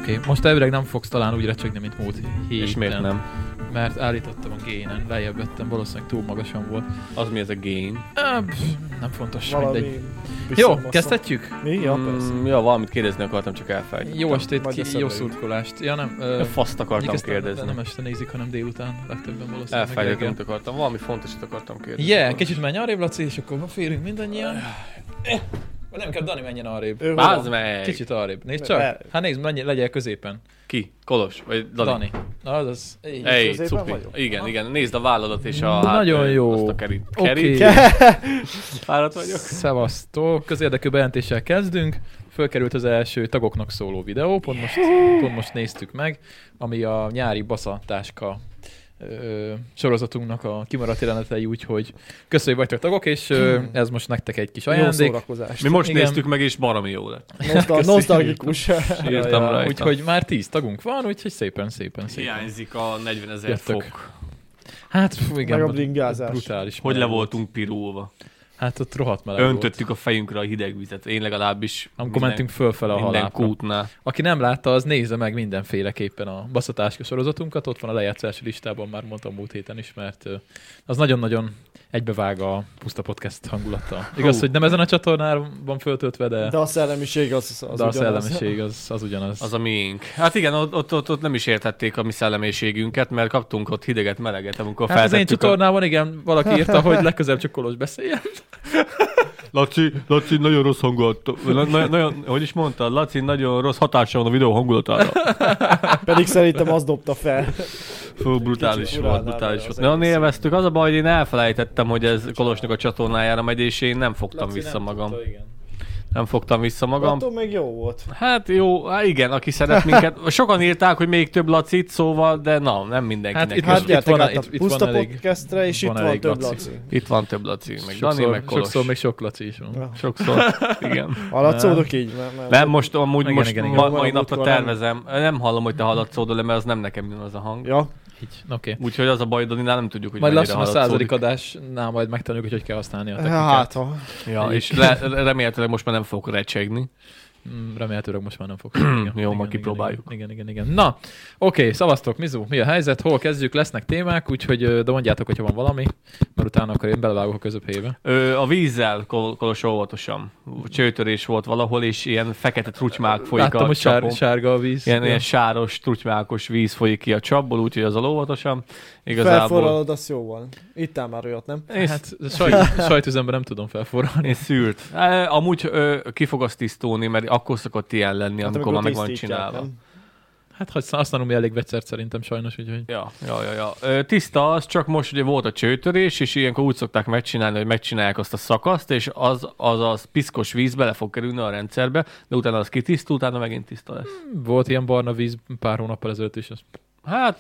Oké, most elvileg nem fogsz talán úgy recsegni, mint múlt héten. És miért nem? Mert állítottam a gainen, lejjebb vettem, valószínűleg túl magasan volt. Az mi ez a gain? Nem fontos, Valami mindegy. Jó, visszamassza. kezdhetjük? Mi? Ja, persze. Ja, valamit kérdezni akartam, csak elfelejtettem. Jó estét, Majd jó eszembe szurkolást. Ja, nem. Faszt akartam mondjuk ezt kérdezni. Nem este nézik, hanem délután, legtöbben valószínűleg. Elfelejtettem, amit akartam. Valami fontosat akartam kérdezni. Yeah, kicsit menj arrébb, Laci, és akkor férünk mindannyian. Nem kell Dani menjen arrébb. Ő Bázd hol? meg! Kicsit arrébb. Nézd csak. Hát nézd, legyél középen. Ki? Kolos? Vagy Dani? Dani. Az. Ej, Középen cupi. vagyok? Igen, igen. Nézd a válladat és a Nagyon jó. Azt a kerít. Oké. Fáradt vagyok. Szevasztok. Közérdekű bejelentéssel kezdünk. Fölkerült az első tagoknak szóló videó, pont most néztük meg, ami a nyári baszatáska sorozatunknak a kimaradt jelenetei, úgyhogy köszönjük, vagytok tagok, és ez most nektek egy kis Jó ajándék. szórakozás. Mi most Igen. néztük meg, és baromi jó lett. Nosztalgikus. Írtam rajta. Úgyhogy már 10 tagunk van, úgyhogy szépen. Hiányzik a 40 000 Jöttök. fok. Hát fú, igen, Meg a bringázás. brutális. Hogy le meleg voltunk pirulva. Hát ott rohadt meleg volt. Öntöttük a fejünkre a hideg vizet. Én legalábbis Amikor mentünk fölfele a minden halápra. kútnál. Aki nem látta, az nézze meg mindenféleképpen a baszatáska sorozatunkat. Ott van a lejátszási listában, már mondtam múlt héten is, mert az nagyon-nagyon egybevág a Puszta Podcast hangulattal. Igaz, hogy nem ezen a csatornán van föltöltve, de De a szellemiség az a ugyanaz. szellemiség az ugyanaz. Az a miénk. Hát igen, ott nem is értették a mi szellemiségünket, mert kaptunk ott hideget, meleget, amikor Hát az én feltettük csatornában, igen, valaki írta, hogy legközelebb csak Kolos beszéljen. Laci, nagyon rossz hangulat. Nagyon, hogy is mondta? Laci, nagyon rossz hatása van a videó hangulatára. Pedig szerintem az dobta fel. Fú, brutális Kicsit volt, urálnál brutális az volt. Nagyon egész. élveztük. Az a baj, hogy én elfelejtettem, hogy ez Kolosnak a csatornájára megy, és én nem fogtam vissza magam. Nem fogtam vissza magam. Attól még jó volt. Hát jó, igen, aki szeret minket. Sokan írták, hogy még több Lacit, szóval, de nem mindenkinek. Hát itt Hát most gyertek van- át a itt van Puszta elég- Podcastre, és van itt van elég több Laci. Laci. Itt van több Laci, meg Dani, meg Kolos. Sokszor még sok Laci is van. Ja. Sokszor, igen. Hallatszódok így? Mert Nem, most amúgy Igen, most igen, igen. mai Jó, napra múltkor nem. tervezem. Nem hallom, hogy te hallatszódol, mert az nem nekem jön az a hang. Ja, Így, oké. Úgyhogy az a baj, Daninál nem tudjuk, hogy Majd mennyire lassan a 100. hallatszódik. adásnál majd megtanuljuk, hogy kell használni a technikát. hát ha. Ja, és remélhetőleg most már nem fogok recsegni. Remélhetőleg most már nem fog. Jó, majd kipróbáljuk. Igen. Na, oké, szavaztok, Mizu, mi a helyzet? Hol kezdjük? Lesznek témák, úgyhogy de mondjátok, hogyha van valami, mert utána akkor én belevágok a közöphelyébe. A vízzel, Kolos óvatosan. Csőtörés volt valahol, és ilyen fekete trutymák folyik Láttam, a hogy csapon. sárga a víz. Ilyen sáros, trutymákos víz folyik ki a csapból, úgyhogy az óvatosan. Igazából Felforralod, az jó van. Ittál már olyat, nem? Hát sajtüzemben nem tudom felforralni. én szűrt. Amúgy ki fog azt tisztulni, mert akkor szokott ilyen lenni, amikor már meg van tisztítják, csinálva. nem? Hát használom elég vegyszert szerintem sajnos, úgyhogy... Ja. Tiszta az, csak most ugye volt a csőtörés, és ilyenkor úgy szokták megcsinálni, hogy megcsinálják azt a szakaszt, és az piszkos víz bele fog kerülni a rendszerbe, de utána az kitisztul, utána megint tiszta lesz. Volt ilyen barna víz pár hónappal ezelőtt is. Hát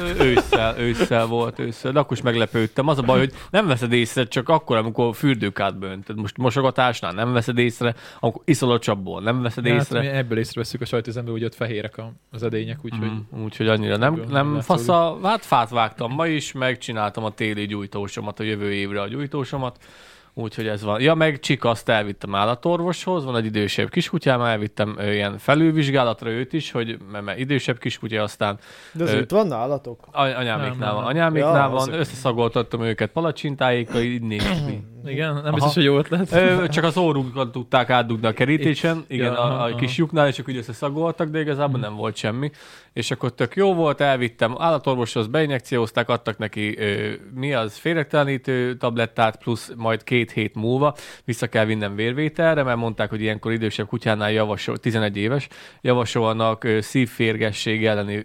ősszel volt, de akkor is meglepődtem. Az a baj, hogy nem veszed észre, csak akkor, amikor fürdőkát böntöd. Most mosogatásnál nem veszed észre, amikor iszol a csapból, nem veszed észre. Hát mi ebből észreveszünk a sajtüzemben, hogy ott fehérek az edények, úgyhogy... Úgyhogy annyira nem látszódik. fasza. Hát fát vágtam ma is, megcsináltam a téli gyújtósomat, a jövő évre a gyújtósomat. Úgyhogy ez van. Ja, meg Csika, azt elvittem állatorvoshoz, van egy idősebb kiskutyám, elvittem ilyen felülvizsgálatra őt is, hogy mert idősebb kiskutya, aztán De az itt van nálatok? anyáméknál Nem. van. Anyáméknál Ja, van, azért. összeszagoltattam őket palacsintáikkal, így néz ki. Igen, nem biztos, hogy jó ötlet. Csak az órunkat tudták átdugni a kerítésen, igen, Ja, a aha. kis lyuknál, és csak úgy összeszagoltak, de igazából nem volt semmi. És akkor tök jó volt, elvittem állatorvoshoz, beinjekciózták, adtak neki félrektelenítő tablettát, plusz majd 2 hét múlva vissza kell vinnem vérvételre, mert mondták, hogy ilyenkor idősebb kutyánál 11 éves, javasolnak szívférgesség elleni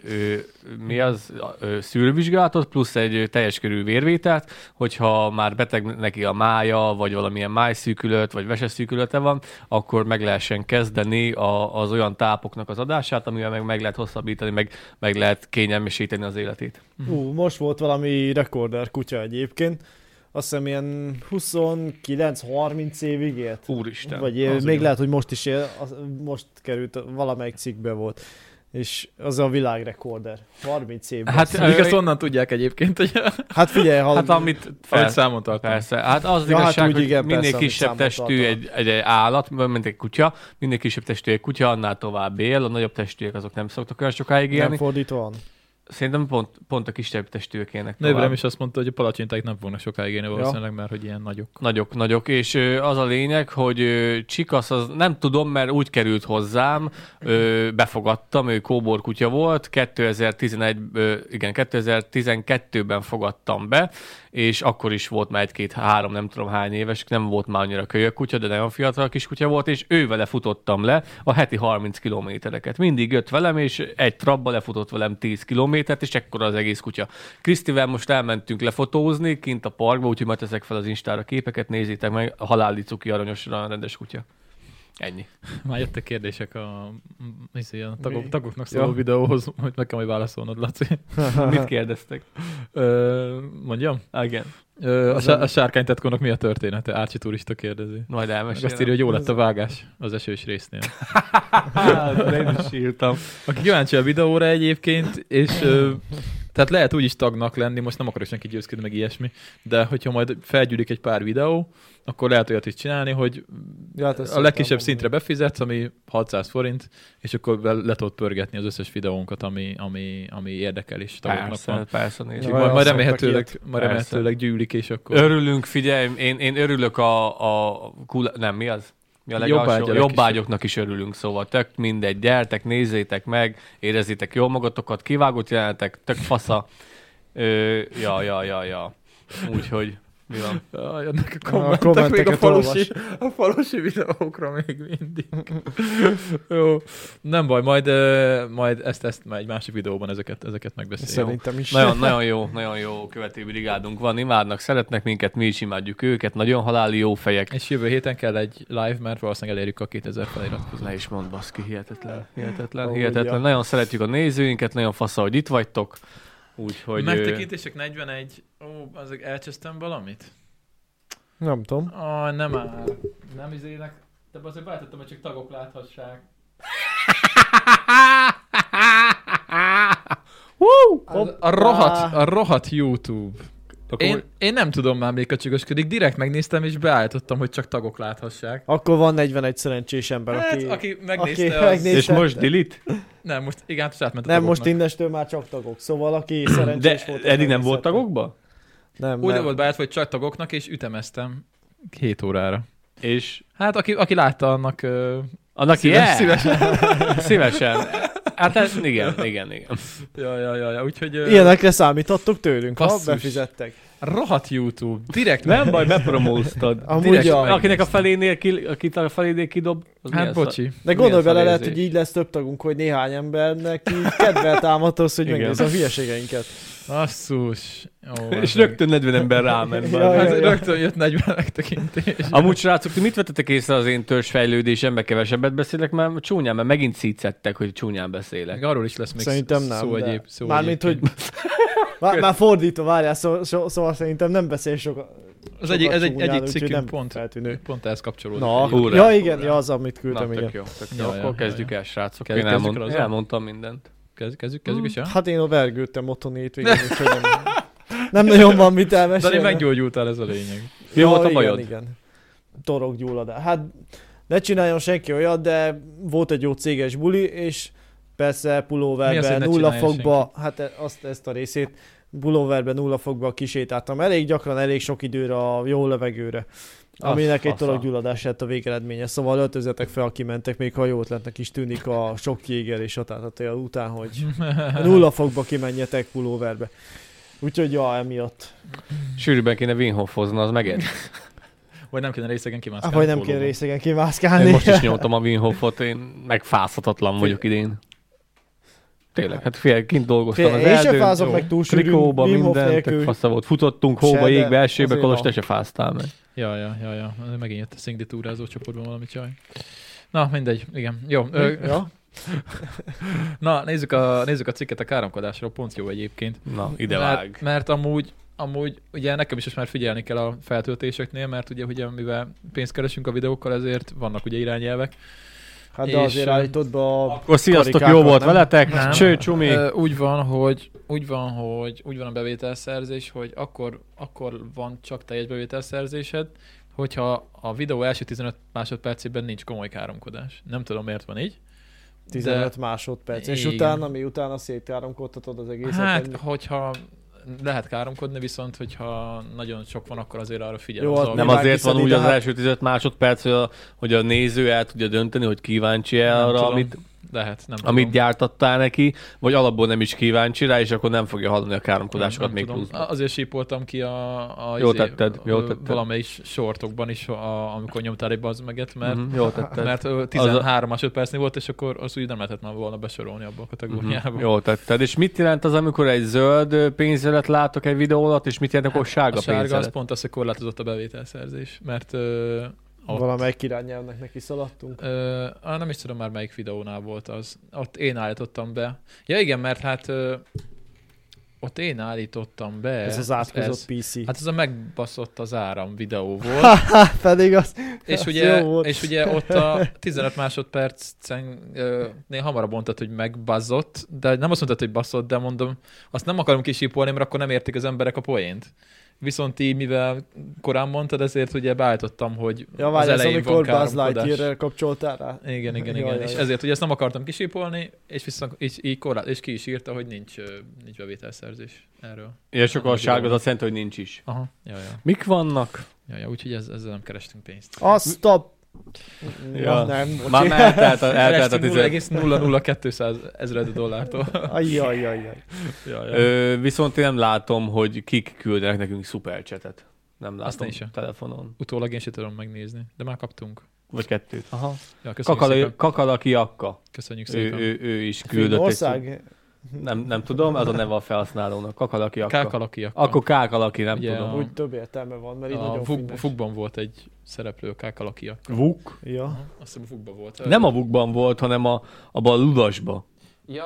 szűrővizsgálatot, plusz egy teljes körű vérvételt, hogyha már beteg neki a mája, vagy valamilyen májszűkülött, vagy veseszűkülete van, akkor meg lehessen kezdeni az olyan tápoknak az adását, amivel meg lehet hosszabbítani, meg lehet kényelmesíteni az életét. Most volt valami rekorder kutya egyébként. Azt hiszem ilyen 29-30 évig élt. Úristen. Vagy még lehet, hogy most is él, most került, valamelyik cikkbe volt. és az a világrekorder. 30 évben. Hát, Ők ezt onnan tudják egyébként, hogy Hát figyelj, ha... Hát amit számon tartom. Persze. Hát az Ja, igazság, hát úgy hogy igen, minél persze, kisebb amit testű számon egy állat, mint egy kutya, minél kisebb testű egy kutya, annál tovább él, a nagyobb testűek azok nem szoktak olyan sokáig nem élni. fordítva van. Szerintem pont a kisebb testűek élnek Nővérem tovább. is azt mondta, hogy a palacsinták nem fognak sokáig élni valószínűleg, mert hogy ilyen nagyok. Nagyok, és az a lényeg, hogy Csikasz, az nem tudom, mert úgy került hozzám, befogadtam, ő kóbor kutya volt, 2012-ben fogadtam be, és akkor is volt már 1-2-3, nem tudom hány éves, nem volt már annyira kölyök kutya, de nagyon fiatal kis kutya volt, és ővele futottam le a heti 30 kilométereket. Mindig jött velem, és egy trabba lefutott velem 10 kilométert, és ekkora az egész kutya. Krisztivel most elmentünk lefotózni kint a parkba, úgyhogy majd teszek fel az Instára képeket, nézzétek meg, a haláli cuki aranyosra rendes kutya. Ennyi. Már jöttek kérdések a tagoknak szóló videóhoz, hogy meg kell majd válaszolnod, Laci. Mit kérdeztek? Mondjam? Igen. A sárkánytetkónak mi a története? Árcsi turista kérdezi. Majd Meg elmesélem. azt írja, hogy jó lett a vágás az esős résznél. Hát, én is írtam. Aki kíváncsi a videóra egyébként, és tehát lehet úgy is tagnak lenni, most nem akarok senki győzködni, meg ilyesmi, de hogyha majd felgyűlik egy pár videó, akkor lehet olyat is csinálni, hogy Ja, hát ezt a legkisebb szoktam szintre befizetsz, ami 600 forint, és akkor le tudod pörgetni az összes videónkat, ami érdekel is tagoknak van. Persze, nézzük. Úgyhogy Ja, majd azt remélhetőleg gyűlik, és akkor... Örülünk, figyelj, én örülök nem, mi az? Mi a legalsó? Jobbágyoknak is örülünk, szóval tök mindegy, gyertek, nézzétek meg, érezzétek jól magatokat, kivágott jelenetek, tök fasza. Ja. Úgyhogy mi van? Jönnek a kommenteket kommentek még olvas. a falusi videókra még mindig. Jó, nem baj, majd ezt már egy másik videóban ezeket megbeszéljük. Szerintem is. Nagyon jó követő brigádunk van, imádnak, szeretnek minket, mi is imádjuk őket, nagyon haláli jó fejek. És jövő héten kell egy live, mert valószínűleg elérjük a 2000 feliratkozót. Le is mond, baszki, hihetetlen. Ja. Nagyon szeretjük a nézőinket, nagyon fasza, hogy itt vagytok. Úgyhogy... Megtekintések 41. Azért elcsesztem valamit? Nem tudom. Nem áll. Nem izélek. De azért váltottam, hogy csak tagok láthassák. A rohadt YouTube. Én nem tudom már még a csügösködik. Direkt megnéztem és beállítottam, hogy csak tagok láthassák. Akkor van 41 szerencsés ember, Aki megnézte, megnézte. És most delete? Nem, most igen, most átment a Nem, tagoknak. most innestől már csak tagok. Szóval aki szerencsés De volt... eddig nem volt tagokba? Nem, Úgy nem. volt beállítva, hogy csak tagoknak, és ütemeztem 7 órára. És Hát aki látta, annak annak szívesen. Szívesen. Hát ez, igen. Ja, úgyhogy... Ilyenekre számítottok tőlünk, Basszus. ha befizettek. Rohadt YouTube. Direkt Nem baj, bepromóztad. Amúgy ja. Akinek a felénél kidob, az Hát milyen bocsi. De gondolj milyen bele, lehet, szarérzés. hogy így lesz több tagunk, hogy néhány embernek így kedvel támadsz, hogy Igen. megnézze a hülyeségeinket. Basszus. És rögtön 40 ember ráment. Ja, Hát ja. rögtön jött 40 megtekintés. Amúgy srácok, ti mit vettetek észre az én törzsfejlődésemben, kevesebbet beszélek, mert csúnyán, mert megint szítszettek, hogy csúnyán beszélek. Meg arról is lesz még Szerintem nem, szó de... egyéb. Szó Mármint, hogy... egyébként. Már fordítva, várjál, szóval szerintem nem beszél sokat. Ez egyik cikkünk pont ehhez kapcsolódik. Na, Hurrá. ja igen, ja, az, amit küldtem, Na, igen. tök jó. Ja, Akkor ja, kezdjük ja. el, srácok. Kezdjük Én el azzal? elmondtam mindent. Kezdjük is, ja? Hát én vergődtem otthon hétvégén, úgyhogy nem nagyon van mit elmesélni. Dani, meggyógyultál, ez a lényeg. Mi volt a bajod? Igen. Torokgyulladás. Hát ne csináljon senki olyat, de volt egy jó céges buli, és persze Mi az, hogy pulóverben ne 0 csináljon fokba, hát ezt a részét, pulóverben 0 fokba kisétáltam. Elég gyakran, elég sok időre a jó levegőre. Aminek egy fasza. torokgyulladás lett a végeredménye. Szóval öltözzetek fel, aki mentek, még ha jó ötletnek is tűnik a sok jéger és határtatél után, hogy 0 fokba kimenjetek pulóverbe. Úgyhogy ja, emiatt. Sűrűben kéne Winhoffozni, az meged. Vagy nem kéne részegen kimászkálni. Vagy nem kéne részegen kimászkálni. Én most is nyomtam a Winhoffot, én megfázhatatlan vagyok idén. Tényleg, hát fél, kint dolgoztam az Én sem erdőn, fázok jó, meg túl sűrűn, trikóba, Wim Hof minden, nélkül. tök fasza volt. Futottunk hóba, Se, de jégbe, esőbe, azért Kolos, van. te se fáztál meg. Ja. Megint jött a szingli túrázó csoportban valami csaj. Na, mindegy, igen. Jó. Ja. Na, nézzük a cikket a káromkodásról, pont jó egyébként. Na, ide vág. Mert amúgy ugye nekem is most már figyelni kell a feltöltéseknél, mert ugye mivel pénzt keresünk a videókkal, ezért vannak ugye irányelvek. Hát de azért állítod be a... Akkor sziasztok, jó karikákat, volt nem? veletek? Nem. Cső, csumi. Úgy van a bevételszerzés, hogy akkor van csak teljes bevételszerzésed, hogyha a videó első 15 másodpercében nincs komoly káromkodás. Nem tudom, miért van így. 15 másodperc. És Igen. utána szétkáromkodtatod az egészet. Hát, ennyi? hogyha lehet káromkodni, viszont hogyha nagyon sok van, akkor azért arra figyel. Jó, az az algoritmus. Nem nyilván azért van kiszedi, úgy de az hát- első 15 másodperc, hogy a néző el tudja dönteni, hogy kíváncsi-e Nem arra, tudom. amit Lehet, nem amit tudom. gyártattál neki, vagy alapból nem is kíváncsi rá, és akkor nem fogja hallani a káromkodásokat Nem még tudom. pluszban. Azért sípoltam ki Jól tetted, jól tetted. valamelyik sortokban is, amikor nyomtál egy bazmeget, mert Jól tetted. mert 13 másodpercnél volt, és akkor az úgy nem lehetett már volna besorolni abba a kategóriába. Jól tetted. És mit jelent az, amikor egy zöld pénzelet látok egy videó alatt, és mit jelent akkor sárga A sárga az pénzelet? pont az, hogy korlátozott a bevételszerzés, mert ott, Valamelyik irányelvnek neki szaladtunk. nem is tudom már melyik videónál volt az. Ott én állítottam be. Ja igen, mert hát ott én állítottam be. Ez az átkozott PC. Hát ez a megbaszott az áram videó volt. Pedig az... És az ugye, jó volt. és ugye ott a 15 másodpercnél hamarabb mondtad, hogy megbazzott, de nem azt mondtad, hogy baszott, de mondom, azt nem akarom kisípolni, mert akkor nem értik az emberek a poént. Viszont így, mivel korán mondtad, ezért ugye beállítottam, hogy Ja, az várj, ez elején van amikor Buzz káromkodás. Lightyear-rel kapcsoltál rá? Igen. Jaj. És ezért ugye ezt nem akartam kisípolni, és viszont így és ki is írta, hogy nincs bevételszerzés erről. És akkor a sárga az azt jelenti, hogy nincs is. Aha, ja. Mik vannak? Úgyhogy ezzel nem kerestünk pénzt. Azt a... Ja. Nem, Már bocsi. eltelt a Kerestünk 10. 0,00200 ezred dollártól. Ajjajjajjaj. Viszont én nem látom, hogy kik küldenek nekünk szupercsetet. Nem Azt látom én sem. telefonon. Utólag én sem tudom megnézni, de már kaptunk. Vagy kettőt. Aha. Ja, köszönjük szépen. Kakalaki Akka. Köszönjük Ő, szépen. ő is küldött egy Finnország? nem tudom, az a neve a felhasználónak. Kakalaki Akka. Kákalaki. Akkor Kákalaki, nem Ugye tudom. Úgy több értelme van, mert így nagyon finnes. Fugban volt egy szereplő, Kákalaki. Vuk? Ja. Azt hiszem Fugban volt. Nem a Vukban volt, hanem abban a Ludasba. Ja,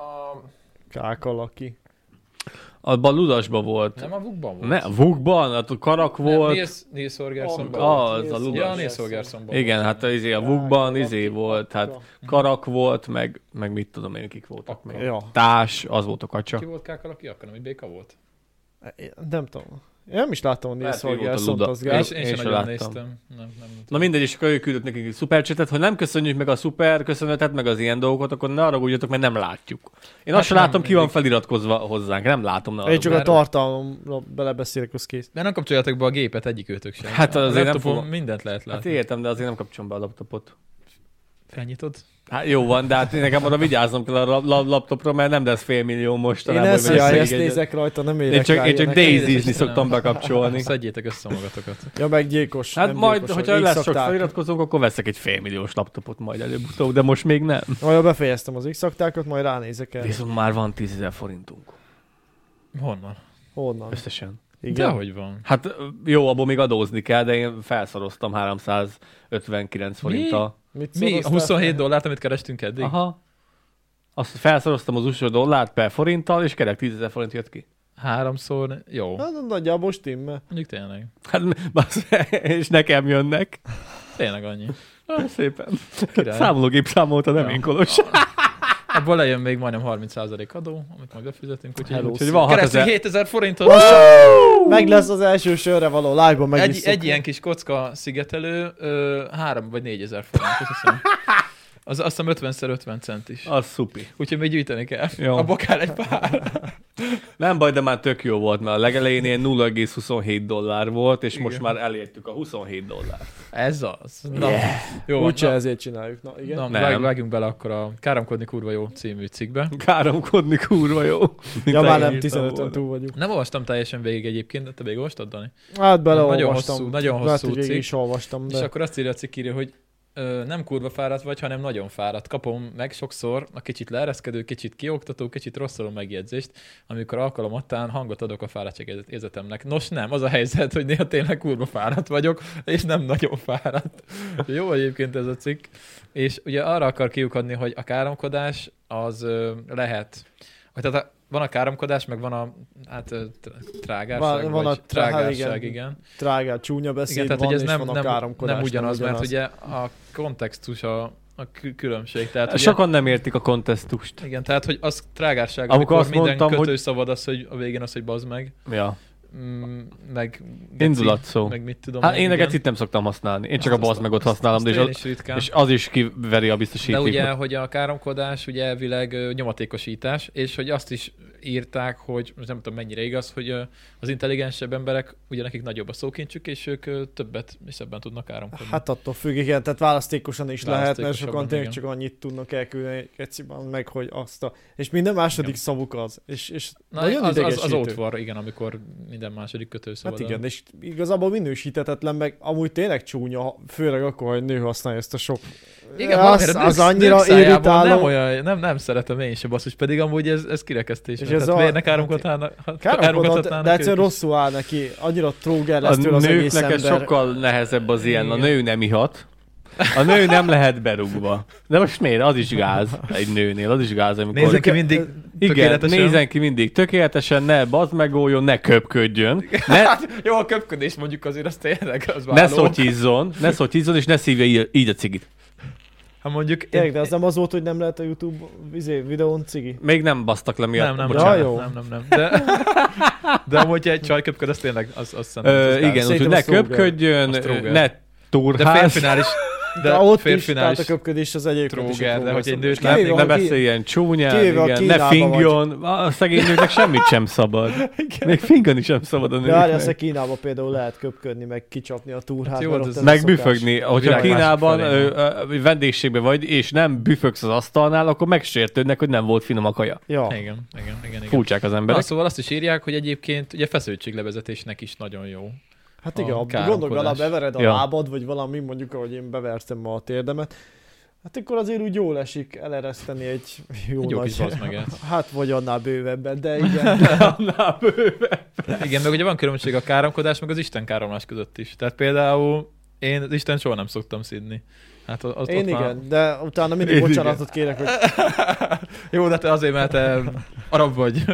Kákalaki. Abban a Ludasba volt. nem a Vukban volt. Ne, a Vukban, a Karak volt. Nils Holgerssonban. Az a Ludas. Ja, Nils Holgerssonban. Igen, hát a Vukban volt, hát Ja. Karak volt, meg mit tudom én, kik voltak Akkor. még. Ja. Társ, az volt a kacsa. Ki volt Kákalaki? Akkor nem, hogy Béka volt? Nem tudom. Én nem is láttam, hogy Lehet, Nils hogy volt a Holgersson Luda. az gáz. Én Én sem sem nagyon láttam. néztem. Nem. Na mindegy, és akkor ő küldött nekünk egy szupercsetet, hogy nem köszönjük meg a szuper köszönetet, meg az ilyen dolgokat, akkor ne arra gudjatok, mert nem látjuk. Én azt sem nem látom, ki van mindig. feliratkozva hozzánk, nem látom. Én csak a Mert- tartalomra belebeszélek, az kész. De nem kapcsoljátok be a gépet egyik őtök sem. Hát A azért nem laptopon fogom. mindent lehet Hát látni. értem, de azért nem kapcsolom be a laptopot. Felnyitod? Hát jó van, de hát nekem arra vigyáznom kell a laptopra, mert nem lesz $5 millió Én mostanában. hogy SCIS-t vegyek egyet. nézek rajta, nem Én érek csak rá Daisy-zni ilyeneket. szoktam bekapcsolni. Szedjétek össze magatokat. Ja, meg gyilkos. Hát nem majd, gyilkos, hogyha lesz sok X-akták. feliratkozók, akkor veszek egy $5 milliós laptopot majd előbb-utóbb, de most még nem. Majd befejeztem az X-aktákat, majd ránézek el. Viszont már van 10 000 forintunk. Honnan? Honnan? Összesen. Igen. Dehogy van. Hát jó, abból még adózni kell, de én felszoroztam 359 forinttal. Mit Mi? szoroztál 27 fel? dollárt, amit kerestünk eddig? Aha. Azt felszoroztam az USA dollárt per forinttal, és kerek 10 000 forint jött ki. Háromszor, jó. Hát nagyjából stimmel. Mondjuk tényleg. Hát, és nekem jönnek. Tényleg annyi. Szépen. Király. Számológép számolta, nem Ja. én Kolos. Abból lejön még majdnem 30% adó, amit majd befizetünk, úgyhogy Hello, Úgyhogy van keresztül 6000. 7000 forintot. Meg lesz az első sörre való live-ban meg is Egy ilyen kis kocka szigetelő, 3 vagy 4000 forint, azt hiszem. Azt hiszem 50x50 cent is. Az szupi. Úgyhogy még gyűjteni kell. Jó. Abba kell egy pár. Nem baj, de már tök jó volt, mert a legelején ilyen $0,27 volt, és most Igen. már elértük a $27. Ez az. Na, jó, van, Úgyse na, ezért csináljuk. Na, igen. na, Nem. vágjunk bele akkor a Káromkodni kurva jó című cikkbe. Káromkodni kurva jó. Ja, már nem Írtam 15-ön volna. túl vagyunk. Nem olvastam teljesen végig egyébként, de te végig olvastad, Dani? Hát beleolvastam. Nagyon hosszú Lehet, hogy végig cikk. is olvastam, És de... akkor azt írja a cikk, hogy nem kurva fáradt vagy, hanem nagyon fáradt. Kapom meg sokszor a kicsit leereszkedő, kicsit kioktató, kicsit rosszaló megjegyzést, amikor alkalomattán hangot adok a fáradtságérzetemnek. Nos nem, az a helyzet, hogy néha tényleg kurva fáradt vagyok, és nem nagyon fáradt. Jó egyébként ez a cikk. És ugye arra akar kiukadni, hogy a káromkodás az lehet, vagy tehát van a káromkodás, meg van a trágárság, Van a vagy trágárság, igen. Trágár, csúnya beszéd Igen, tehát van, hogy ez és van a káromkodás. nem ugyanaz, mert ugye a kontextusa különbség. Tehát, Sokan nem értik a kontesztust. Igen, tehát, hogy az trágárság, amikor azt minden mondtam, kötőszavad az, hogy a végén az, hogy bazd meg. Ja. Meg indulatszó. Meg mit tudom. Hát én itt nem szoktam használni. Én csak a bazd megot használom, és az is kiveri a biztosítékot. De ugye, hogy a káromkodás ugye elvileg nyomatékosítás, és hogy azt is írták, hogy nem tudom mennyire igaz, hogy az intelligensebb emberek, ugye nekik nagyobb a szókincsük, és ők többet és ebben tudnak káromkodni. Hát attól függ, igen, tehát választékosan is lehet, mert sokan tényleg csak annyit tudnak elküldeni keciban, meg hogy azt a... És minden második szavuk az. És nagyon az ótvar, igen, amikor minden második kötőszavad. Hát igen, és igazából minősíthetetlen, meg amúgy tényleg csúnya, főleg akkor, hogy nő használja ezt a sok... Igen, az annyira irritáló. Nem szeretem én sem, basszus, pedig amúgy ez kirekesztés. És ez miért ne káromkodhatnának? De egyszerűen rosszul áll neki, annyira trógerlesztől az egész ember. A nőknek sokkal nehezebb az ilyen, a nő nem ihat. A nő nem lehet berúgva. De most miért? Az is gáz egy nőnél, az is gáz, amikor... Nézzen ki mindig tökéletesen. Igen, nézzen ki mindig tökéletesen, ne bazd megoljon, ne köpködjön. Jó, a köpködés mondjuk azért az tényleg az ne szotyizzon, és ne szívja így a cigit. Hát mondjuk... De az nem az volt, hogy nem lehet a YouTube videón cigi? Még nem basztak le miatt. Nem. De amúgy egy csaj köpköd, az tényleg, az szerintem... Igen, úgyhogy ne köpködjön, ne turház. De férfinál is... De ott is, tehát a köpködés az egyébként is tróger, de hogy egy nőt ne beszéljen csúnyán, igen, ne fingjon, a szegény nőknek semmit sem szabad. Még fingani sem szabad a nőknek. De várja, a Kínában például lehet köpködni, meg kicsapni a túrházban. Meg büfögni. Hogyha Kínában vendégségben vagy, és nem büfögsz az asztalnál, akkor megsértődnek, hogy nem volt finom a kaja. Ja. Igen. Furcsák az emberek. Szóval azt is írják, hogy egyébként ugye feszültséglevezetésnek is nagyon jó. Hát igen, gondolj vele, bevered a lábad, vagy valami, mondjuk, ahogy én bevertem ma a térdemet, hát akkor azért úgy jól esik elereszteni egy jó nagy... Hát vagy annál bővebben, de igen. Annál bővebben. Igen, meg ugye van különbség a káromkodás, meg az Isten káromlás között is. Tehát például én az Isten soha nem szoktam szidni. Hát én igen, már... de utána mindig bocsánatot kérek, hogy... Jó, de te azért, mert te arab vagy.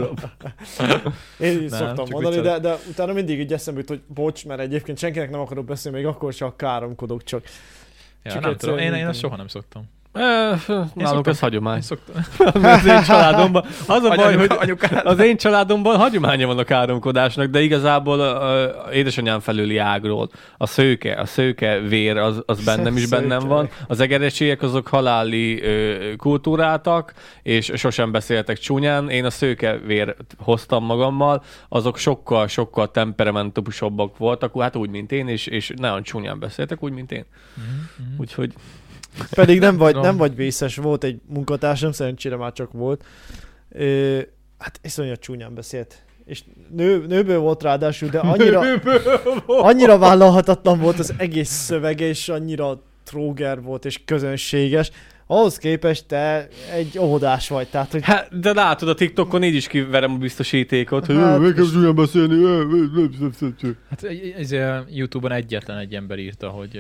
Én is szoktam mondani, de utána mindig így eszembe jut, hogy bocs, mert egyébként senkinek nem akarok beszélni, még akkor csak káromkodok, csak... Ja, nem tudom, én ezt soha nem szoktam. Nálunk ez hagyomány. Az én családomban. Az a baj, hogy az én családomban hagyománya van a káromkodásnak, de igazából édesanyám felüli ágról. A szőke vér az bennem is bennem van. Az egerecsiek azok haláli kultúráltak, és sosem beszéltek csúnyán. Én a szőke vér hoztam magammal, azok sokkal temperamentusabbak voltak, hát úgy, mint én, és nagyon csúnyán beszéltek, úgy, mint én. Úgyhogy... Pedig nem vagy vészes, volt egy munkatársam, szerencsére már csak volt. Hát iszonyat csúnyán beszélt. És nőből volt ráadásul, de annyira vállalhatatlan volt az egész szövege, és annyira tróger volt, és közönséges. Ahhoz képest te egy óvodás vagy, tehát hogy... Hát, de látod, a TikTokon így is kiverem a biztosítékot, hogy meg kell beszélni. Hát YouTube-on egyetlen egy ember írta, hogy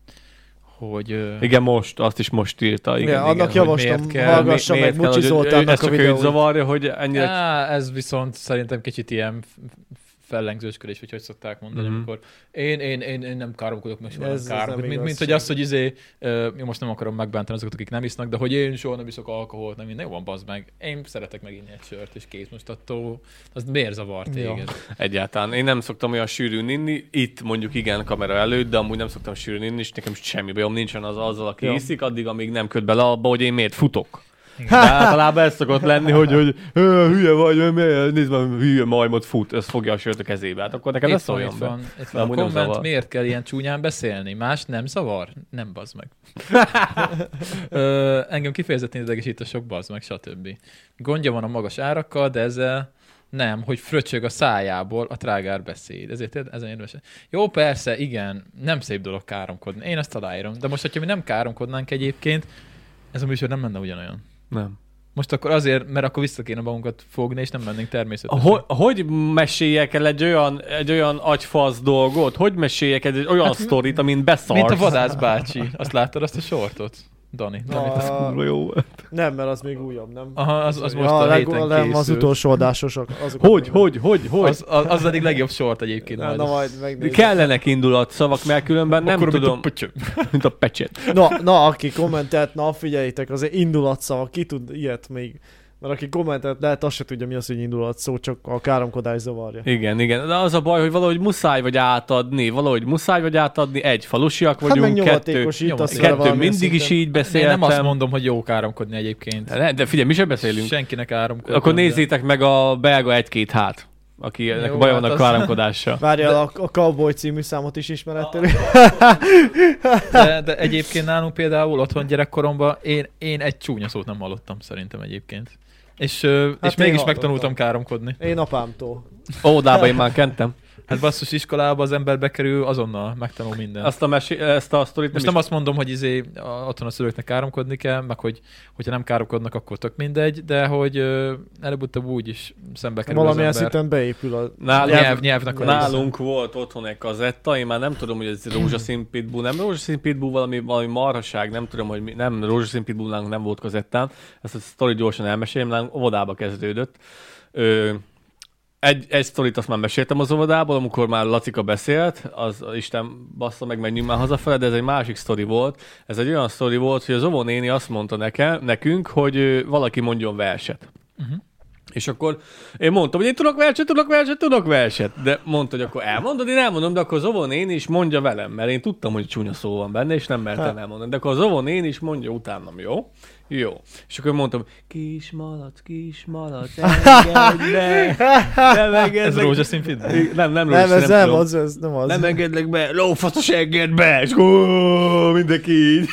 igen, azt is most írta. Igen, annak javaslom, hallgassa meg Mucsi Zoltánnak a videóit. Ez csak zavarja, hogy ennyire... Ez viszont szerintem kicsit ilyen fellengzősködés, vagy hogy szokták mondani, amikor én nem káromkodok, meg soha nem káromkodok. Mint hogy az, hogy most nem akarom megbántani azokat, akik nem isznak, de hogy én soha nem iszok alkoholt, nem minden, jó van, bazd meg. Én szeretek meginni egy sört, és kész most attól, az miért zavar téged? Egyáltalán. Én nem szoktam olyan sűrűn inni, itt mondjuk igen kamera előtt, de amúgy nem szoktam sűrűn inni, és nekem semmi bajom nincsen azzal, aki iszik, addig, amíg nem köt bele abba, hogy én miért futok. De általában ez szokott lenni, hogy hülye vagy, nézd már, hülye majmot fut, ez fogja a sört a kezébe. Hát akkor nekem lesz olyan be. Itt van a komment, miért kell ilyen csúnyán beszélni? Más nem zavar? Nem bazd meg. Engem kifejezetten idegesít a sok bazd meg, stb. Gondja van a magas árakkal, de ezzel nem, hogy fröcsög a szájából a trágár beszéd. Ezért ezen érdemes. Jó, persze, igen, nem szép dolog káromkodni. Én ezt aláírom. De most, hogyha mi nem káromkodnánk egyébként, ez a műsor nem lenne ugyanolyan. Nem. Most akkor azért, mert akkor vissza kéne magunkat fogni, és nem mennénk természetesen. Hogy meséljek el egy olyan agyfasz dolgot? Hogy meséljek el egy olyan sztorit, amin beszarsz? Mint a vadász bácsi. Azt láttad, azt a sortot? Dani. Ez kurva jó volt. Nem, mert az még újabb, nem? Aha, az most a héten készült. Az utolsó adásosok. Hogy? Az eddig legjobb sort egyébként. Na majd megnézzük. Kellenek indulatszavak, mert különben nem tudom. Mint a pecset. Na, aki kommentelt, na figyeljétek, azért indulatszava, ki tud ilyet még? Mert aki kommentelt, lehet azt se tudja, mi az, hogy indulatszó, csak a káromkodás zavarja. Igen. De az a baj, hogy valahogy muszáj vagy átadni. Egy, falusiak vagyunk, kettő mindig is így beszéltem. Én nem azt mondom, hogy jó káromkodni egyébként. De figyelj, mi sem beszélünk. Senkinek káromkodni. Akkor nézzétek meg a belga 1-2 hát, akinek baj van a káromkodással. Várjál, a Cowboy című számot is ismerettel. De egyébként nálunk például otthon gyerekkoromban én egy csúnya szót nem hallottam szerintem egyébként. És mégis megtanultam káromkodni. Én apámtól. Óvodába én már kentem. Hát basszus, iskolába az ember bekerül, azonnal megtanul minden. Ezt a sztorit most nem azt mondom, hogy otthon a szülőknek káromkodni kell, meg hogyha nem káromkodnak, akkor tök mindegy, de hogy előbb-utóbb úgy is szembe kerül valamilyen az ember. szinten beépül a nyelvnek a nálunk volt otthon egy kazetta, én már nem tudom, hogy ez rózsaszín pitbull, nem rózsaszín pitbull, valami marhaság, nem tudom, hogy nem rózsaszín pitbull, nálunk nem volt kazettán. Ezt a sztorit gyorsan elmeséljem, nálunk óvodába kezdődött. Egy sztorit azt már meséltem az óvodából, amikor már Lacika beszélt, az Isten bassza meg, menjünk már hazafele, de ez egy másik sztori volt. Ez egy olyan sztori volt, hogy az óvónéni azt mondta nekünk, hogy valaki mondjon verset. Uh-huh. És akkor én mondtam, hogy én tudok verset, de mondta, hogy akkor elmondod, én elmondom, de akkor az óvónéni is mondja velem, mert én tudtam, hogy csúnya szó van benne, és nem mertem elmondani. De akkor az óvónéni is mondja utánam, jó? Jó. És akkor mondtam, kis malac, engedj be! Ez rózsaszín pitbull? Nem rózsaszín, nem az. Nem engedlek be, lófaszos engedd be! És akkor mindenki így.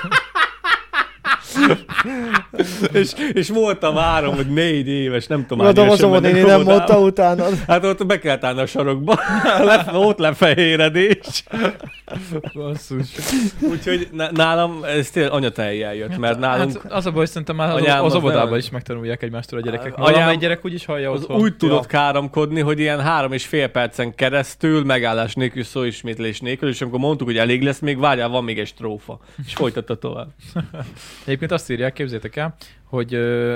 és voltam 3 vagy 4 éves, nem tudom. Mondom, az óvónéni nem mondta utána. Hát ott be kellett állni a sarokba. Ott lefehéredés. Basszus. Úgyhogy nálam ez tényleg anyatejjel jött, mert nálunk... Hát az a baj, szerintem már az óvodában is megtanulják egymástól a gyerekek. Valamely gyerek úgyis hallja otthon. Úgy tudott káromkodni, hogy ilyen 3,5 percen keresztül, megállás nélkül, szóismétlés nélkül, és amikor mondtuk, hogy elég lesz, még várjál, van még egy strófa. És folytatta tovább. Egyébként azt írják, képzétek el, hogy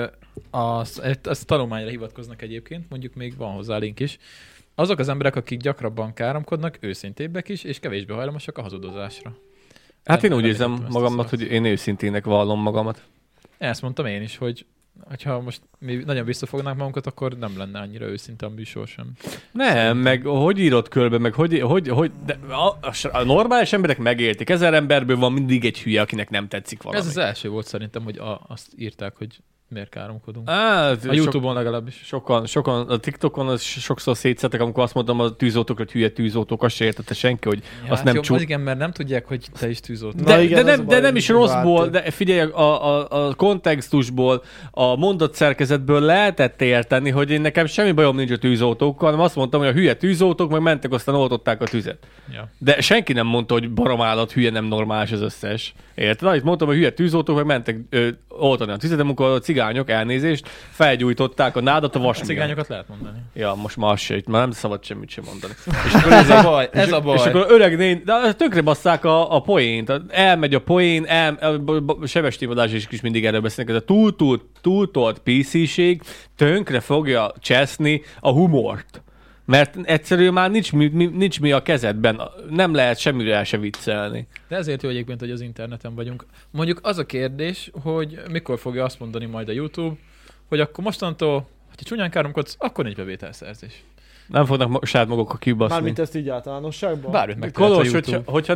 ezt tanulmányra hivatkoznak egyébként, mondjuk még van hozzá link is. Azok az emberek, akik gyakrabban káromkodnak, őszintébbek is, és kevésbé hajlamosak a hazudozásra. Hát én úgy érzem magamat, hogy én őszintének vallom magamat. Ezt mondtam én is, hogy ha most mi nagyon visszafognánk magunkat, akkor nem lenne annyira őszinte a műsor sem. Nem, meg hogy írod körbe, meg de a normális emberek megértik. 1000 emberből van mindig egy hülye, akinek nem tetszik valami. Ez az első volt szerintem, hogy azt írták, hogy miért káromkodunk. A YouTube-on legalábbis. Sokan a TikTokon az sokszor szétszettek, amikor azt mondom a tűzoltókra, hogy hülye tűzoltók, azt se értette senki, hogy ja, azt nem jó, igen, mert nem tudják, hogy te is tűzoltó. De nem is rosszból, de figyelj, a kontextusból, a mondatszerkezetből lehetett érteni, hogy én nekem semmi bajom nincs a tűzoltókkal, hanem azt mondtam, hogy a hülye tűzoltók meg mentek, aztán oltották a tüzet. Ja. De senki nem mondta, hogy baromállat, hülye, nem normális az összes. Érted? Itt mondtam, hogy hülye tűzoltók meg mentek oltani a tüzet, de amikor a cigányok, elnézést, felgyújtották a nádat a vasművel. A cigányokat lehet mondani. Ja, most már se, itt már nem szabad semmit sem mondani. És akkor ez a baj, ez a baj. És akkor öreg nén, de tönkre basszák a poént. Elmegy a poén, Sebesti Vadás is mindig erről beszélnek, ez a túltolt PC-ség tönkre fogja cseszni a humort. Mert egyszerűen már nincs mi a kezedben, nem lehet semmire el se viccelni. De ezért jó egyébként, hogy az interneten vagyunk. Mondjuk az a kérdés, hogy mikor fogja azt mondani majd a YouTube, hogy akkor mostantól, hogyha csúnyán káromkodsz, akkor nincs bevételszerzés. Nem fognak saját maguk kibaszni. Mármint ezt így általánosságban? Bármit megtehet a YouTube. Hogyha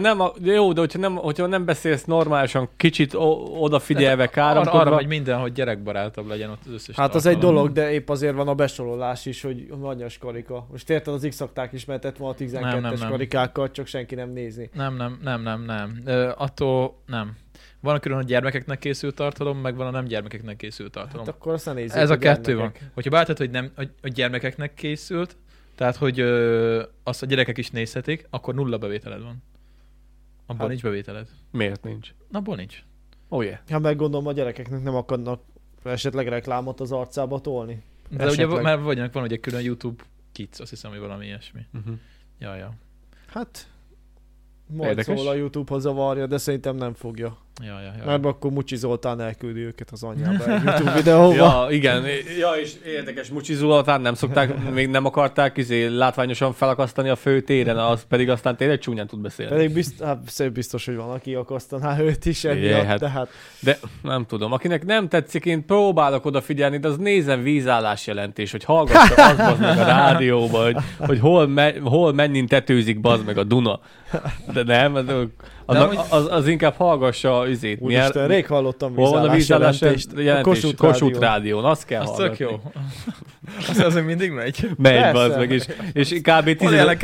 nem beszélsz normálisan, kicsit odafigyelve káromkodva. Arra megy minden, hogy gyerekbarátabb legyen ott az összes hát az egy dolog, de épp azért van a besorolás is, hogy anyas karika. Most érted, az X-akták is mehetett volna 12-es karikákkal, csak senki nem nézi. Nem. Attól nem. Van külön a gyermekeknek készült tartalom, meg van a nem gyermekeknek készült tartalom. Hát akkor azt ne nézzük. Ez a kettő van. Hogyha beállítod, hogy nem a gyermekeknek készült, tehát hogy azt a gyerekek is nézhetik, akkor 0 bevételed van. Abból nincs bevételed. Miért nincs? Abból nincs. Oh yeah. Hát meg gondolom, a gyerekeknek nem akarnak esetleg reklámot az arcába tolni. De esetleg. Ugye már van ugye külön YouTube Kids, azt hiszem, hogy valami ilyesmi. Uh-huh. Ja. Hát Majd Érdekes. szól a YouTube-hoz zavarja, de szerintem nem fogja. Ja. Mert akkor Mucsi Zoltán elküldi őket az anyjába egy YouTube videóba. Ja, igen. Ja, és érdekes, Mucsi Zoltán nem szokták, még nem akarták látványosan felakasztani a főtéren, az pedig aztán tényleg csúnyán tud beszélni. Pedig biztos, hogy van, aki akasztaná őt is emiatt, tehát... De nem tudom, akinek nem tetszik, én próbálok odafigyelni, de az nézem vízállás jelentés, hogy hallgassa az meg a rádióba, hogy hol mennyien tetőzik bazd meg a Duna. De nem, az inkább hallgassa üzét. Úristen, rég hallottam hol van a vízállás jelentés? A Kossuth Rádión, azt kell Az hallgatni. tök jó. Az még mindig megy. Megy, bazd meg, és kb.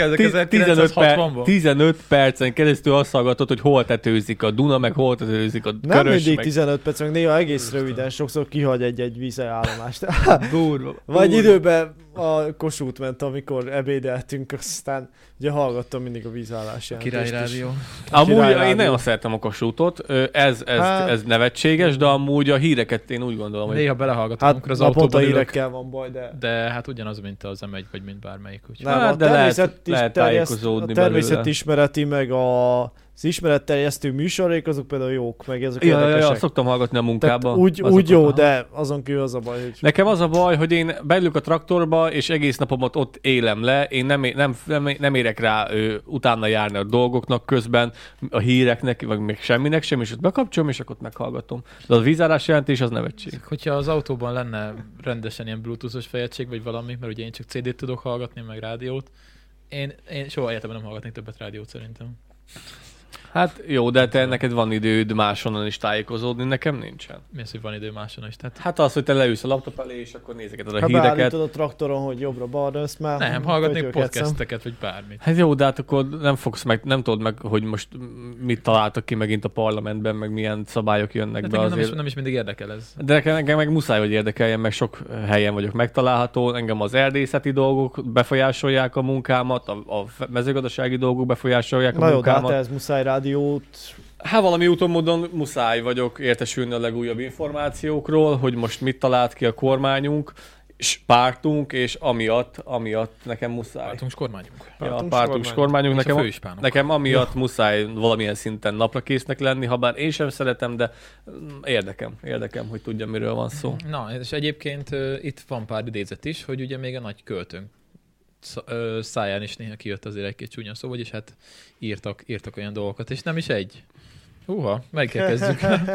15 percen keresztül azt hallgatod, hogy hol tetőzik a Duna, meg hol tetőzik a nem Körös. Mindig 15 perc, meg néha egész röviden, sokszor kihagy egy vízállomást. Durva. Vagy időben a Kossuth ment, amikor ebédeltünk, aztán ugye hallgattam mindig a vízállás jelentést. Király Rádió. Amúgy én nagyon szeretem a Kossuthot, ez nevetséges, de amúgy a híreket én úgy gondolom, hogy... Néha belehallgatom, Hát amikor az naponta autóban ülök, hírekkel van baj, de de hát ugyanaz, mint az M1, vagy mint bármelyik. Úgyhogy. nem, Hát, a de természet lehet tájékozódni a természetismereti, meg az ismeretterjesztő műsorék, azok például jók, meg ezek érdekesek. Ja, szoktam hallgatni a munkában. Úgy jó, de azon kívül az a baj, hogy... Nekem az a baj, hogy én beülök a traktorba, és egész napomat ott élem le, én nem érek rá utána járni a dolgoknak közben, a híreknek, vagy még semminek sem, és ott bekapcsolom, és akkor ott meghallgatom. De a vízállás jelentés az nevetség. Hogyha az autóban lenne rendesen ilyen bluetooth-os fejegység, vagy valami, mert ugye én csak CD-t tudok hallgatni, meg rádiót, én soha életemben nem hallgatnék többet rádiót szerintem. Hát jó, de te neked van időd máshonnan is tájékozódni, nekem nincsen. Mi az, hogy van idő máson is? Tehát... Hát az, hogy te leülsz a laptop elé, és akkor nézegeted a Ha híreket. beállítod a traktoron, hogy jobbra-balra, ezt már... Nem, hallgatnék podcasteket, vagy bármit. Hát jó, de hát akkor nem tudod meg, hogy most mit találtak ki megint a parlamentben, meg milyen szabályok jönnek be azért. Nem is mindig érdekel ez. De nekem meg muszáj, hogy érdekeljen, meg sok helyen vagyok megtalálható. Engem az erdészeti dolgok befolyásolják a munkámat, a mezőgazdasági dolgok befolyásolják a munkámat. Na jó, de hát ez muszáj rádiót... Hát valami úton módon muszáj vagyok értesülni a legújabb információkról, hogy most mit talált ki a kormányunk, és pártunk, és amiatt nekem muszáj. Pártunk, kormányunk. Pártunk, kormányunk. Nekem amiatt muszáj valamilyen szinten naprakésznek lenni, ha bár én sem szeretem, de érdekem, hogy tudjam, miről van szó. Na, és egyébként itt van pár idézet is, hogy ugye még a nagy költőnk száján is néha kijött azért egy-két csúnya szó, vagyis hát írtak olyan dolgokat, és nem is egy. Húha, melyikkel kezdjük?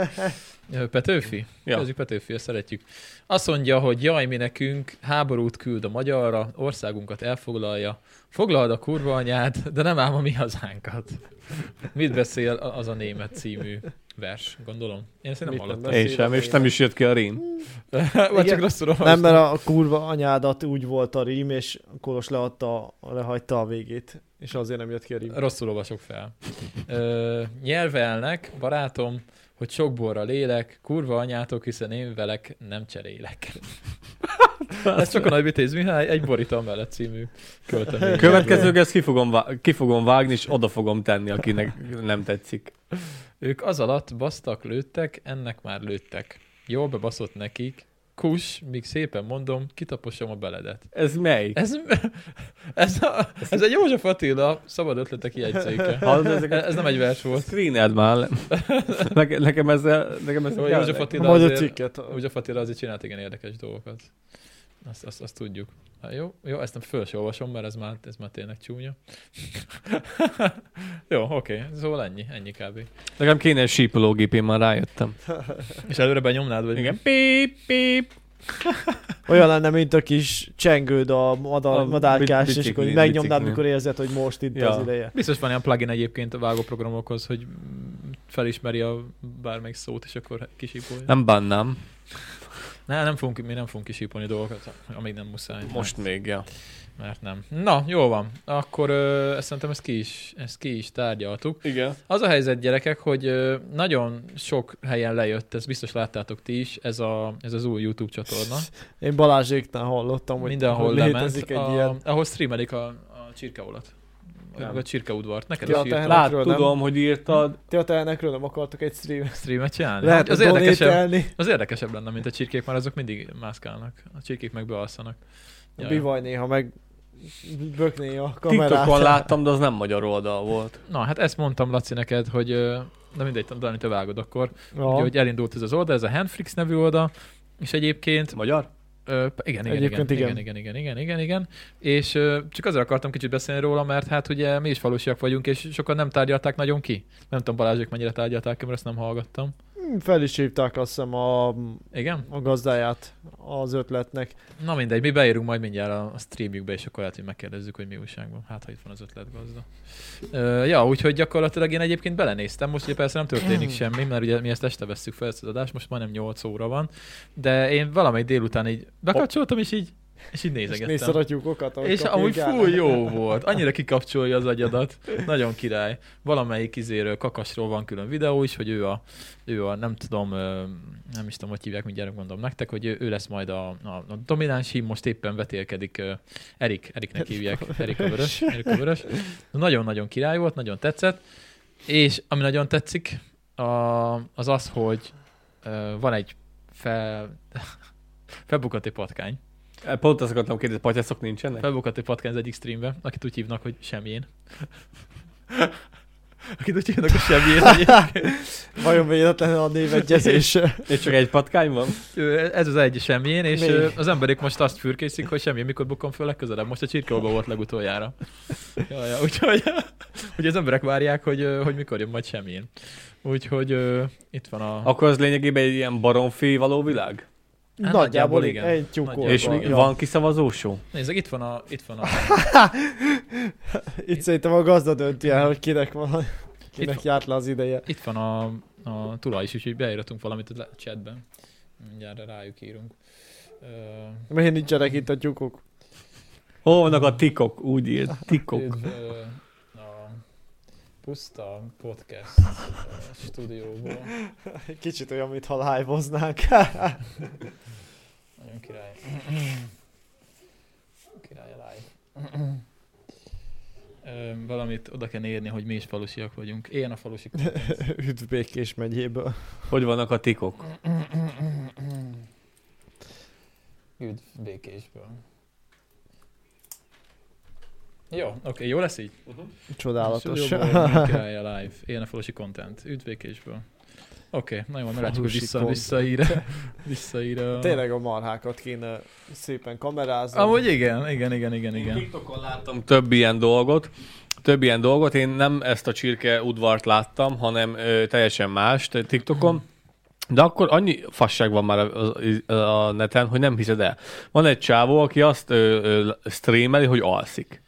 Petőfi? Ja. Kezdjük Petőfi, ezt szeretjük. Azt mondja, hogy jaj, mi nekünk háborút küld a magyarra, országunkat elfoglalja, foglald a kurva anyád, de nem ám a mi hazánkat. Mit beszél az a német című vers, gondolom? Én ezt nem hallottam. Én sem, és nem is jött ki a rím. Vagy csak rosszul nem, mert a kurva anyádat úgy volt a rím, és Kolos lehagyta a végét, és azért nem jött ki a rím. Rosszul olvasok fel. Nyelvelnek, barátom, hogy sok borra lélek, kurva anyátok, hiszen én velek nem cserélek. Ez csak a Nagy Vitéz Mihály, egy borító mellett című költemény. Következők, ezt ki fogom vágni, és oda fogom tenni, akinek nem tetszik. Ők az alatt basztak, lőttek, ennek már lőttek. Jól bebaszott nekik, kus, míg szépen mondom, kitaposom a beledet. Ez mely? Ez egy József Attila szabad ötletek jegyzéke. Ez nem egy vers volt. Screeneld már. Nekem ezzel József Attila azért csinált igen érdekes dolgokat. Azt tudjuk. Jó, ezt nem föl se olvasom, mert ez már tényleg csúnya. Jó, oké. Szóval ennyi kb. Nekem kéne egy sípológép, én már rájöttem. És előre benyomnád, vagy? Igen. Píp. Olyan lenne, mint a kis csengőd a madárkás, és akkor megnyomnád, mikor érzed, hogy most itt az ideje. Biztos van ilyen plugin egyébként a vágóprogramokhoz, hogy felismeri a bármelyik szót, és akkor kisípolja. Nem bánnám. Mi nem fogunk kisípolni dolgokat, amíg nem muszáj. Most még, ja. Mert nem. Na, jól van. Akkor szerintem ezt ki is tárgyaltuk. Igen. Az a helyzet, gyerekek, hogy nagyon sok helyen lejött, ezt biztos láttátok ti is, ez az új YouTube csatorna. Én Balázséknál hallottam, hogy mindenhol létezik egy ilyen. Ahol streamelik a csirkeolat. A csirkeudvart. Neked is tudom, hogy írtad. Ti a tehenekről nem akartok egy streamet csinálni? Lehet, az érdekesebb lenne, mint a csirkék, mert azok mindig mászkálnak. A csirkék meg bealszanak. A bivaj néha meg bökné a kamerát. TikTokon láttam, de az nem magyar oldal volt. Na, hát ezt mondtam, Laci, neked, hogy de mindegy, Dani, te vágod akkor. Ugye, hogy elindult ez az oldal, ez a Handflix nevű oldal, és egyébként... Magyar? Igen. És csak azért akartam kicsit beszélni róla, mert hát ugye mi is falusiak vagyunk, és sokan nem tárgyalták nagyon ki. Nem tudom, Balázsék mennyire tárgyalták ki, mert ezt nem hallgattam. Fel is hívták, azt hiszem, Igen? a gazdáját az ötletnek. Na mindegy, mi beírunk majd mindjárt a streamjükbe, és akkor lehet, hogy megkérdezzük, hogy mi újságban. Hát, ha itt van az ötletgazda. Ja, úgyhogy gyakorlatilag én egyébként belenéztem. Most ugye persze nem történik semmi, mert ugye mi ezt este vesszük fel ezt az adást, most majdnem 8 óra van. De én valamelyik délután így bekapcsoltam, és így nézegettem. És nézd a tyúkokat. És amúgy full jó volt. Annyira kikapcsolja az agyadat. Nagyon király. Valamelyik izéről, kakasról van külön videó is, hogy ő a nem tudom, nem is tudom, hogy hívják, mindjárt mondom nektek, hogy ő lesz majd a domináns hím, most éppen vetélkedik Eriknek hívják, Erik a vörös. Nagyon-nagyon király volt, nagyon tetszett. És ami nagyon tetszik, az, hogy van egy felbukati patkány. Pont azt akartam kérdezni, patyászok nincsenek? Felbukati patkány az egyik streamben, akit úgy hívnak, hogy semmilyen. Akit úgy hívnak, hogy semmilyen. Vajon véletlenül a névegyezés? És csak egy patkány van? Ez az egy semmilyen, és az emberek most azt fürkészik, hogy semmilyen mikor bukkan föl legközelebb. Most a csirkeolba volt legutoljára. Úgyhogy az emberek várják, hogy mikor jön majd semmilyen. Úgyhogy itt van a... Akkor az lényegében egy ilyen baromfi való világ? Hát nagyjából igen. Egy tyúkol. És van kiszavazósó? Nézzük, itt van a... Itt szerintem a gazda dönti el, hogy kinek járt le az ideje. Itt van a tulaj is, úgyhogy beíratunk valamit a chatben. Mindjárt rájuk írunk. Miért nincsenek itt a tyúkok? Hol vannak a tikok? Úgy írt. Tikok. A puszta podcast stúdióból. Kicsit olyan, mintha live-oznánk. Nagyon király. Király a live. Valamit oda kell érni, hogy mi is falusiak vagyunk. Éljen a falusi content. Üdv Békés megyéből. Hogy vannak a tikok? Üdv Békésből. Jó, oké, jó lesz így? Csodálatos. Király a live. Éljen a falusi content. Üdv Békésből. Oké, nagyon meglátjuk, hogy visszaír. Tényleg a marhákat kéne szépen kamerázni. Amúgy igen. TikTokon láttam több ilyen dolgot. Én nem ezt a csirke udvart láttam, hanem teljesen mást TikTokon. De akkor annyi fasság van már a neten, hogy nem hiszed el. Van egy csávó, aki azt streameli, hogy alszik.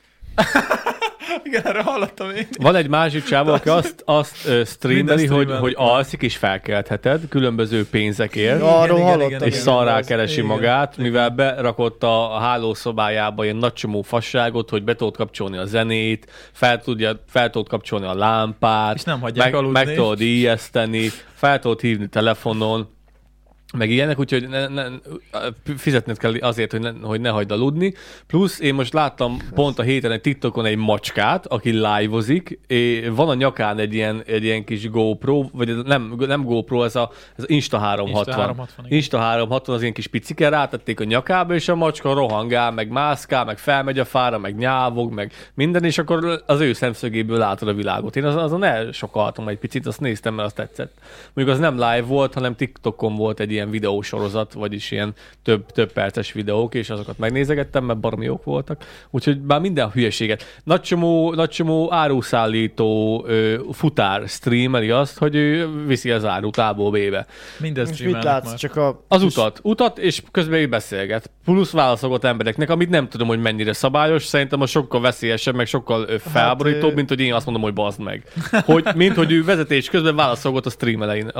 Igen, erre hallottam én. Van egy másik csávó, aki azt streameli, hogy alszik és felkeltheted különböző pénzekért, Arról hallottam. és szarrá keresi magát, mivel berakott a hálószobájába ilyen nagy csomó fasságot, hogy be tudod kapcsolni a zenét, fel tudod kapcsolni a lámpát, és nem hagyják aludni. Meg tudod ijeszteni, fel tudod hívni telefonon, meg ilyenek, úgyhogy fizetned kell azért, hogy ne hagyd aludni. Plusz én most láttam pont a héten egy TikTokon egy macskát, aki live-ozik, van a nyakán egy ilyen kis GoPro, vagy nem GoPro, ez az Insta360. Insta360 az ilyen kis picike, rátették a nyakába, és a macska rohangál, meg mászkál, meg felmegy a fára, meg nyávog, meg minden, és akkor az ő szemszögéből látod a világot. Én azon elsokaltam egy picit, azt néztem, mert azt tetszett. Mondjuk az nem live volt, hanem TikTokon volt egy ilyen videósorozat, vagyis ilyen több perces videók, és azokat megnézegettem, mert baromi jók voltak. Úgyhogy már minden hülyeséget. Nagy csomó áruszállító futár streameli azt, hogy ő viszi az árut A-ból B-be. Minden mit látsz? Csak az utat, és közben ő beszélget. Plusz válaszolgat embereknek, amit nem tudom, hogy mennyire szabályos, szerintem az sokkal veszélyesebb, meg sokkal felborítóbb, mint hogy én azt mondom, hogy bazd meg. Mint hogy ő vezetés közben válaszolgat a stream elején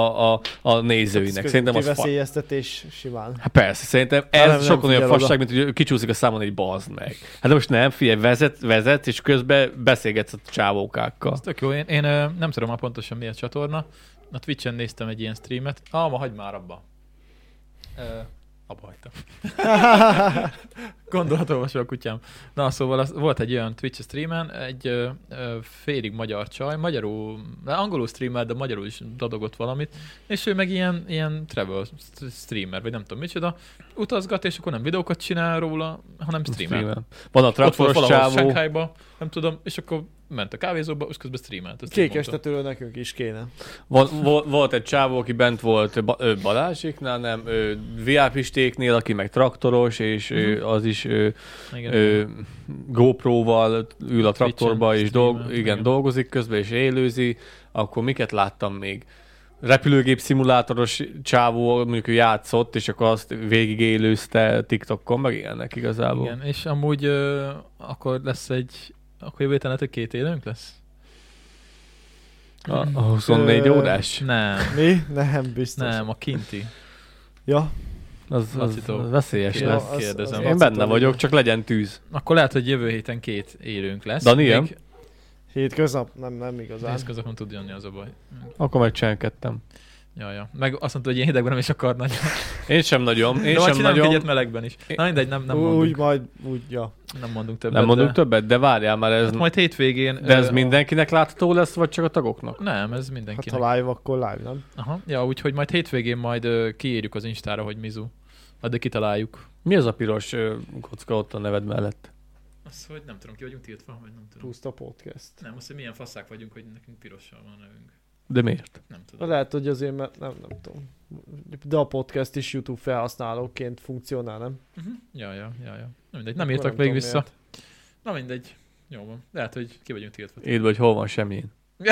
a nézőinek. Szerintem az veszélyeztetés simán. Hát persze, szerintem ez sokkal olyan fasság, mint hogy kicsúszik a számon egy bazd meg. Hát de most nem, figyelj, vezet, és közben beszélgetsz a csávókákkal. Ez tök jó, én nem tudom már pontosan mi a csatorna. A Twitch-en néztem egy ilyen streamet. Ma hagyd már abba. Abba hagytam. Gondolatolvasó a kutyám. Na, szóval volt egy olyan Twitch streamen, egy félig magyar csaj, angolul streamer, de magyarul is dadogott valamit, és ő meg ilyen travel streamer, vagy nem tudom micsoda, utazgat, és akkor nem videókat csinál róla, hanem streamel. Van a traktoros csávó. Shanghaiba, nem tudom, és akkor ment a kávézóba, és közben streamelt. Kékestetőről nekünk is kéne. Volt egy csávó, aki bent volt Balázsiknál, nem, VIP-stéknél, aki meg traktoros, és az is GoPro-val ül a traktorba, és dolgozik közben, és élőzi. Akkor miket láttam még? Repülőgép szimulátoros csávó, mondjuk ő játszott, és akkor azt végigélőzte TikTokon, meg ilyenek igazából. Igen, és amúgy akkor lesz akkor jövő héten 2 élőnk lesz? A 24 órás? Nem. Mi? Nem, biztos. Nem, a kinti. Ja. Az veszélyes lesz. Kérdezem. Én benne vagyok, csak legyen tűz. Akkor lehet, hogy jövő héten 2 élőnk lesz. Daniel? Hétköznap? Nem igazán. Hétköznapon tud jönni, az a baj. Akkor megcsenkedtem. Ja. Meg azt mondta, hogy én hidegben nem is akar nagyon. Én sem nagyon. De majd csinálunk egyet melegben is. Na mindegy, nem mondunk. Úgy, ja. Nem mondunk többet. Nem mondunk többet, de várjál már ez... Hát majd hétvégén... De ez mindenkinek látható lesz, vagy csak a tagoknak? Nem, ez mindenkinek. Hát ha live, akkor live, nem? Aha. Ja, úgyhogy majd hétvégén majd kiírjuk az Instára, hogy Mizu. Addig kitaláljuk. Mi az a piros kocka ott a neved mellett? Azt, hogy nem tudom, ki vagyunk tiltva, vagy nem tudom. Puszta podcast. Nem, azt, hogy milyen faszák vagyunk, hogy nekünk pirossal van a nevünk. De miért? Nem tudom. Lehet, hogy azért, mert nem tudom. De a podcast is YouTube felhasználóként funkcionál, nem? Ja. Na mindegy, nem írtak még vissza. Miért. Na mindegy. Jó van. Lehet, hogy ki vagyunk tiltva. Éd vagy hol van semmilyen.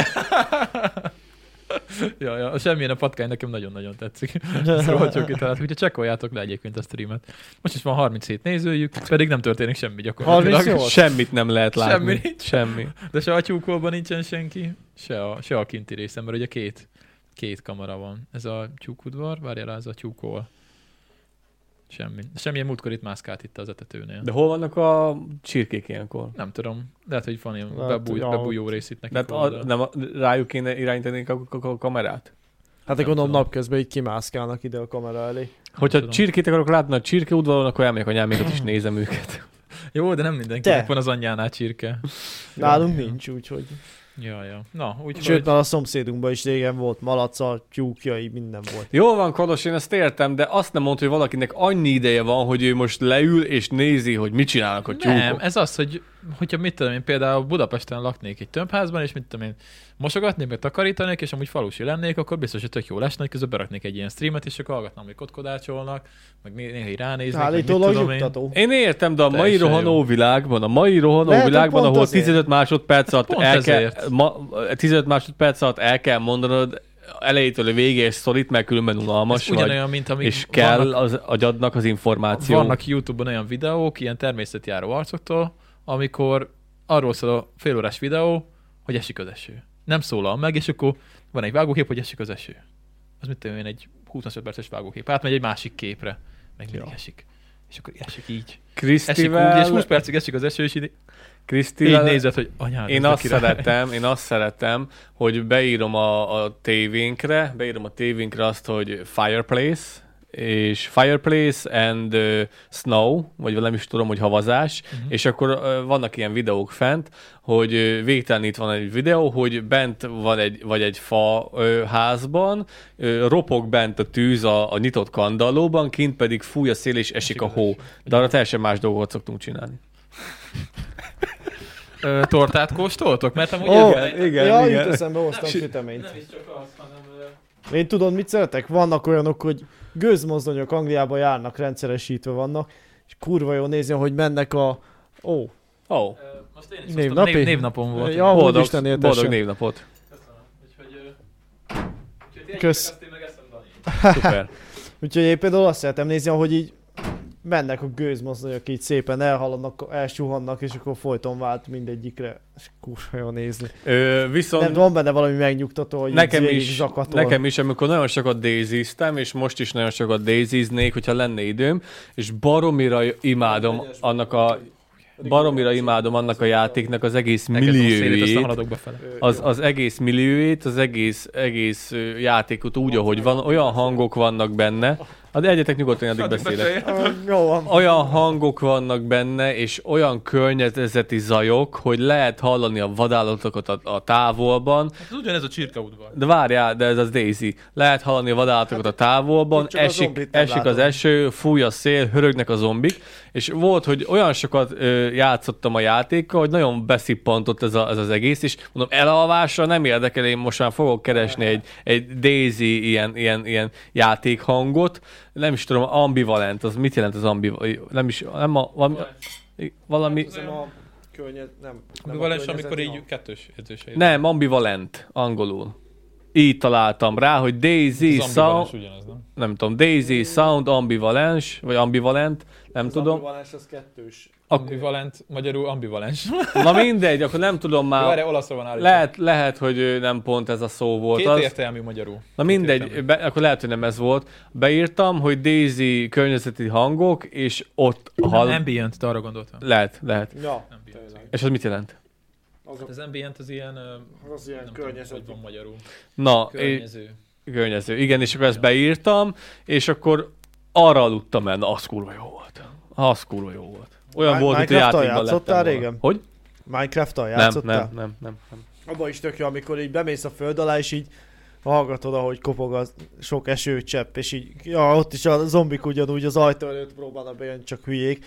Ja, a semmilyen a patkány nekem nagyon-nagyon tetszik. Ezt rohadt kitalált, úgyhogy csekkoljátok le egyébként a streamet. Most is van 37 nézőjük, pedig nem történik semmi gyakorlatilag. 38? Semmit nem lehet látni. Semmi. De se a tyúkolban nincsen senki, se a kinti részen, mert ugye két kamera van. Ez a tyúkudvar, várjál, ez a tyúkol. Semmilyen múltkor itt mászkált itt az etetőnél. De hol vannak a csirkék ilyenkor? Nem tudom. Lehet, hogy van ilyen bebújó rész itt nekik. Nem rájuk kéne irányítani a kamerát? Hát akkor gondolom napközben így kimászkálnak ide a kamera elé. Hogyha csirkét akarok látni a csirkeudvaron, akkor elmegyek a nyámékat is nézem őket. Jó, de nem mindenkinek van az anyjánál csirke. Nálunk nincs, úgyhogy... Ja. Na, sőt, már a szomszédunkban is régen volt malaca, tyúkjai, minden volt. Jó van, Kolos, én ezt értem, de azt nem mondta, hogy valakinek annyi ideje van, hogy ő most leül és nézi, hogy mit csinálnak a tyúkok. Nem, ez az, hogyha mit tudom én, például Budapesten laknék egy tömbházban, és mit tudom én, mosogatnék, meg takarítanék, és amúgy falusi lennék, akkor biztos, hogy tök jó lesne, hogy közben beraknék egy ilyen streamet, és akkor hallgatnám, hogy kotkodácsolnak, meg néha ránéznek, meg mit tudom én. Én értem, de a mai rohanó világban, ahol 15 másodperc alatt el kell mondanod elejétől a végéig szorít, mert különben unalmas vagy, mint és kell az agyadnak az információ. Vannak YouTube-on olyan videók, ilyen természetjáró arcoktól, amikor arról szól a félórás videó, hogy esik az eső. Nem szólal meg, és akkor van egy vágókép, hogy esik az eső. Az mit tudom én, egy 20 másodperces vágókép. Átmegy egy másik képre, meg mindig esik. És akkor esik így. Krisztivel... Esik úgy, és 20 percig esik az eső, és így nézed, hogy anyád, én azt szeretem, hogy beírom a tévénkre azt, hogy fireplace, és fireplace and snow, vagy nem is tudom, hogy havazás, és akkor vannak ilyen videók fent, hogy végtelen itt van egy videó, hogy bent van egy fa házban, ropog bent a tűz a nyitott kandallóban, kint pedig fúj a szél és esik a hó. De arra teljesen más dolgokat szoktunk csinálni. Tortát kóstoltok? Mert amúgy igen. Ja, jut eszembe, hoztam süteményt. Nem is csak az, hanem... Én tudod, mit szeretek? Vannak olyanok, hogy gőzmozdonyok Angliában járnak, rendszeresítve vannak, és kurva jó nézni, hogy mennek a... Most én is névnapom volt. Ja, boldog névnapot. Köszönöm. Kösz. Szuper. Úgyhogy én például azt szeretem nézni, hogy így mennek a gőzmozdonyok, így szépen elhaladnak, elsuhannak, és akkor folyton vált mindegyikre, és kurva jó nézni. Viszont... Nem, van benne valami megnyugtató, hogy nekem is, amikor nagyon sokat daisy-ztem, és most is nagyon sokat daisy-znék, hogyha lenne időm, és baromira imádom annak a játéknak az egész milliójét, az egész milliójét, az egész játékot úgy, ahogy van, olyan hangok vannak benne, Egyetek nyugodtan, addig beszélek. Jó van. Olyan hangok vannak benne, és olyan környezeti zajok, hogy lehet hallani a vadállatokat a távolban. Hát ugyanez a csirkeudvar. De várjál, de ez az Daisy. Lehet hallani a vadállatokat a távolban, esik az eső, fúj a szél, hörögnek a zombik, és volt, hogy olyan sokat játszottam a játékkal, hogy nagyon beszippantott ez az egész, és mondom, elalvásra nem érdekel, én most már fogok keresni egy Daisy ilyen játékhangot, nem is tudom, ambivalent, az mit jelent az ambivalent? Valami... Ambivalens, amikor így kettős érzései. Nem, ambivalent, angolul. Így találtam rá, hogy Daisy Sound... Nem tudom, Daisy Sound ambivalens, vagy ambivalent, nem az tudom. Ambivalens az kettős. Ambivalent, magyarul ambivalens. Na mindegy, akkor nem tudom már. Várj, olaszul van állítva. Lehet, hogy nem pont ez a szó volt. Két értelmű magyarul. Na mindegy, akkor lehet, hogy nem ez volt. Beírtam, hogy Daisy környezeti hangok, és ott... Ambient, te arra gondoltam. Lehet. Ja, és az mit jelent? Az ambient az ilyen... Az ilyen környezet. Hogy van magyarul. Na, környező. Igen, és akkor ezt beírtam, és akkor arra aludtam el. Na, az kurva jó volt. Olyan volt, hogy a játékban játszottál régen? Hogy? Minecraft-tal játszottál? Nem. Abba is tök jó, amikor így bemész a föld alá, és így hallgatod, ahogy kopog a sok esőcsepp, és így, ott is a zombik ugyanúgy az ajtó előtt próbálnak bejönni, csak hülyék.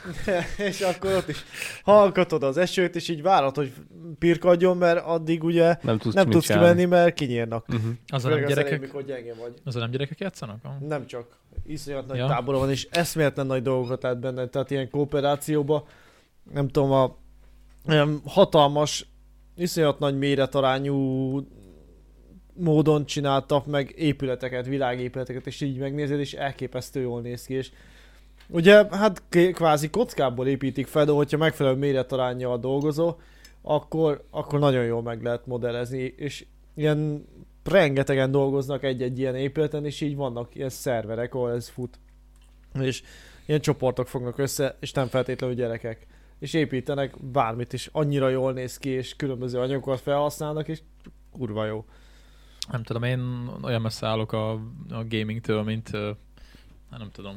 És akkor ott is hallgatod az esőt, és így várod, hogy pirkadjon, mert addig ugye nem tudsz kimenni, mert kinyírnak. Azon nem gyerekek? Mikor gyengén vagy. Azon nem gyerekek játszanak? Nem csak. Iszonyat nagy tábora van, és eszméletlen nagy dolgokat lát benne, tehát ilyen kooperációba, nem tudom, olyan hatalmas, iszonyat nagy méretarányú módon csináltak meg épületeket, világépületeket, és így megnézed, és elképesztő jól néz ki, és ugye, hát kvázi kockából építik fel, de hogyha megfelelő méretaránnyal dolgozol, akkor nagyon jól meg lehet modellezni, és ilyen rengetegen dolgoznak egy-egy ilyen épületen, és így vannak ilyen szerverek, ahol ez fut. És ilyen csoportok fognak össze, és nem feltétlenül gyerekek. És építenek bármit is, annyira jól néz ki, és különböző anyagokat felhasználnak, és kurva jó. Nem tudom, én olyan messze állok a gamingtől, mint nem tudom,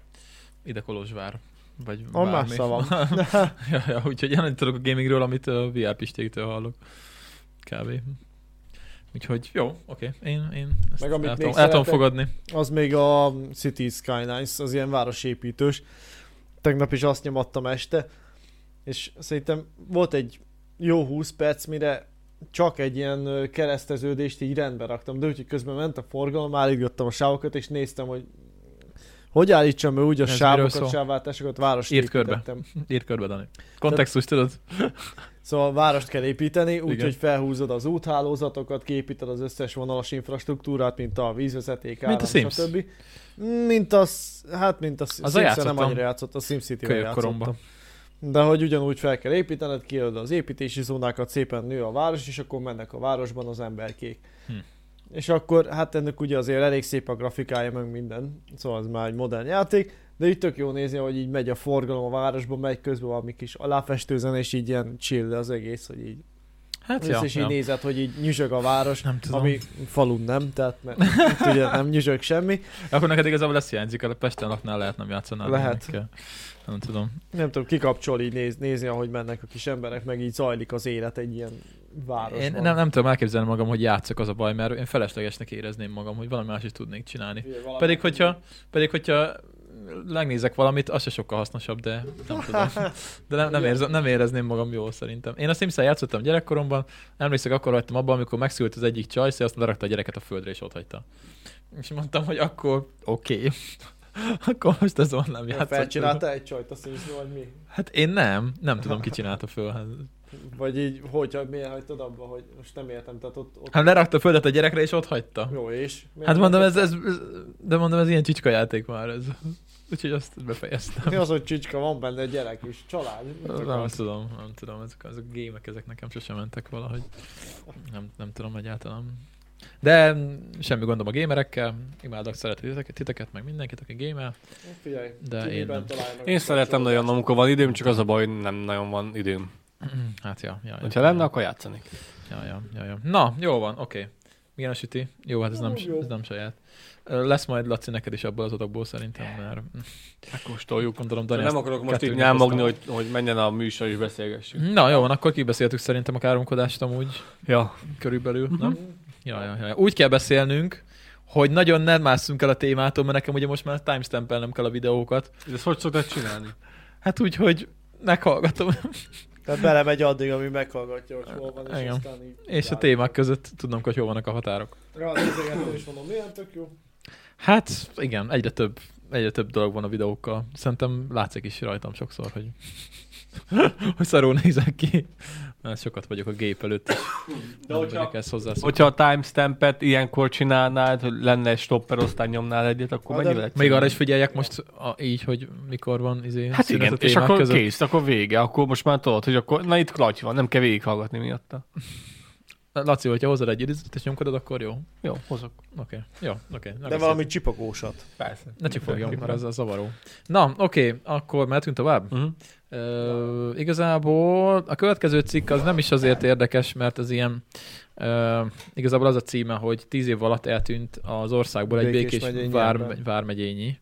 ide Kolozsvár. Vagy bármi. Van. Úgyhogy én nem tudok a gamingről, amit VR Pistéktől hallok. Kb. Úgyhogy jó, oké. Én ezt meg amit el tudom fogadni. Az még a City Skylines, az ilyen városépítős. Tegnap is azt nyomattam este, és szerintem volt egy jó 20 perc, mire csak egy ilyen kereszteződést így rendbe raktam, de úgyhogy közben ment a forgalom, állítottam a sávokat, és néztem, hogy állítsam be úgy a sávokat, sávváltásokat, várost építettem. Írd körbe, Dani. Kontextus, tudod? Szóval várost kell építeni, úgyhogy felhúzod az úthálózatokat, kiépíted az összes vonalas infrastruktúrát, mint a vízvezeték, áram, stb. Mint a Sims-en nem annyira játszott, a SimCity-vel játszottam. De hogy ugyanúgy fel kell építened, kiadod az építési zónákat, szépen nő a város, és akkor mennek a városban az emberkék. És akkor, hát ennek ugye azért elég szép a grafikája, meg minden, szóval ez már egy modern játék, de így tök jó nézni, hogy így megy a forgalom a városban, megy közben valami kis aláfestőzen, és így ilyen chill az egész, hogy így és így nézed, hogy így nyüzsög a város, ami falun nem, tehát mert itt ugye nem nyüzsög semmi. Akkor neked igazából lesz hiányzik, a Pesten laknál lehet nem játszanál. Lehet. Nem tudom. Nem tudom, kikapcsol így nézni, ahogy mennek a kis emberek, meg így zajlik az élet egy ilyen városban. Én nem tudom elképzelni magam, hogy játszok, az a baj, mert én feleslegesnek érezném magam, hogy valami más is tudnék csinálni. Pedig hogyha megnézek valamit, az se sokkal hasznosabb, de nem tudom. De nem érezném magam jól szerintem. Én a Sims-el játszottam gyerekkoromban, emlékszek, akkor hagytam abban, amikor megszült az egyik csajsz, azt lerakta a gyereket a földre és ott hagyta. És mondtam, hogy akkor oké. Akkor most azon nem játszottam. Felcsinálta egy csajt a Sims-be, vagy mi? Hát én nem tudom, ki csinálta föl. Hát. Vagy így, miért hagytad abba, hogy most nem értem, tehát ott... Hát lerakta a földet a gyerekre és ott hagyta. Jó, és? Hát mondom, ez ilyen csicska játék már ez. Úgyhogy azt befejeztem. Mi az, hogy csicska, van benne egy gyerek is, család? Nem tudom, ezek a gémek, ezek nekem sosem mentek valahogy. Nem tudom egyáltalán. De semmi gondom a gamerekkel, imádok, szeretek titeket, meg mindenkit, aki gamel. Figyelj, de én szeretem nagyon, amikor van időm, csak az a baj, nem nagyon van időm. Hát ja. Ha lenne, akkor játszanék. Ja. Na, jó van, oké. Igen, a süti. Jó, hát ez nem saját. Lesz majd, Laci, neked is abból az adagból szerintem, mert... Megkóstoljuk. Gondolom, Dani, nem akarok most itt nyámogni, hogy menjen a műsor és beszélgessünk. Na jó van, akkor kibeszéltük szerintem a káromkodást amúgy. Ja. Körülbelül, nem? Ja. Úgy kell beszélnünk, hogy nagyon nem másszunk el a témától, mert nekem ugye most már timestampelnem kell a videókat. De ezt hogy szoktad csinálni? Hát úgy, hogy meghallgatom. Tehát belemegy addig, ami meghallgatja, hogy hol van, és Igen. aztán így... És a témák között tudnom, hogy hol vannak a határok. Nézegettem is mondom, milyen tök jó. Hát igen, egyre több dolog van a videókkal. Szerintem látszik is rajtam sokszor, hogy hogy szarul nézek ki. Mert sokat vagyok a gép előtt, és de hogyha a timestampet ilyenkor csinálnád, hogy lenne egy stopper, aztán nyomnál egyet, akkor mennyi lett? Még arra is figyeljek most így, hogy mikor van hát igen, és akkor között. Kész, akkor vége, akkor most már tudod, hogy akkor, na itt klaty van, nem kell végighallgatni miatta. Laci, hogyha hozod egy idézetet és nyomkodod, akkor jó. Jó, hozok. Oké. De valami csipogósat. Persze. Ne csipogjon, mert az a zavaró. Na, oké, akkor mehetünk tovább. Igazából a következő cikk az nem is azért érdekes, mert az ilyen igazából az a címe, hogy 10 év alatt eltűnt az országból egy békés vármegyényi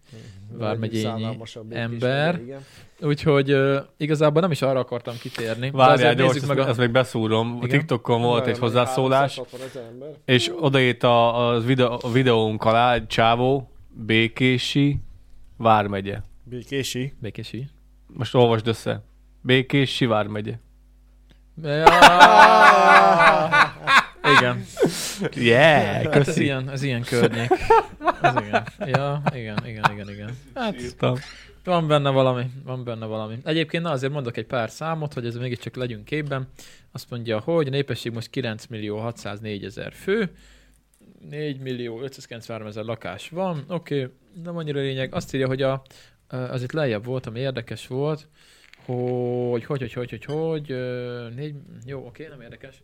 ember. Úgyhogy igazából nem is arra akartam kitérni. Várjál, gyors, ezt még beszúrom. A TikTokon volt egy hozzászólás, és odaírt a videónk alá egy csávó, Békési vármegye. Békési. Most olvasd össze. Békési vármegye. Igen. Yeah, hát ez ilyen környék. Ez igen. Hát, van benne valami. Egyébként azért mondok egy pár számot, hogy ez mégiscsak legyünk képben. Azt mondja, hogy a népesség most 9.604.000 fő, 4.593.000 lakás van. Oké, nem annyira lényeg. Azt írja, hogy az itt lejjebb volt, ami érdekes volt, hogy jó, oké, nem érdekes.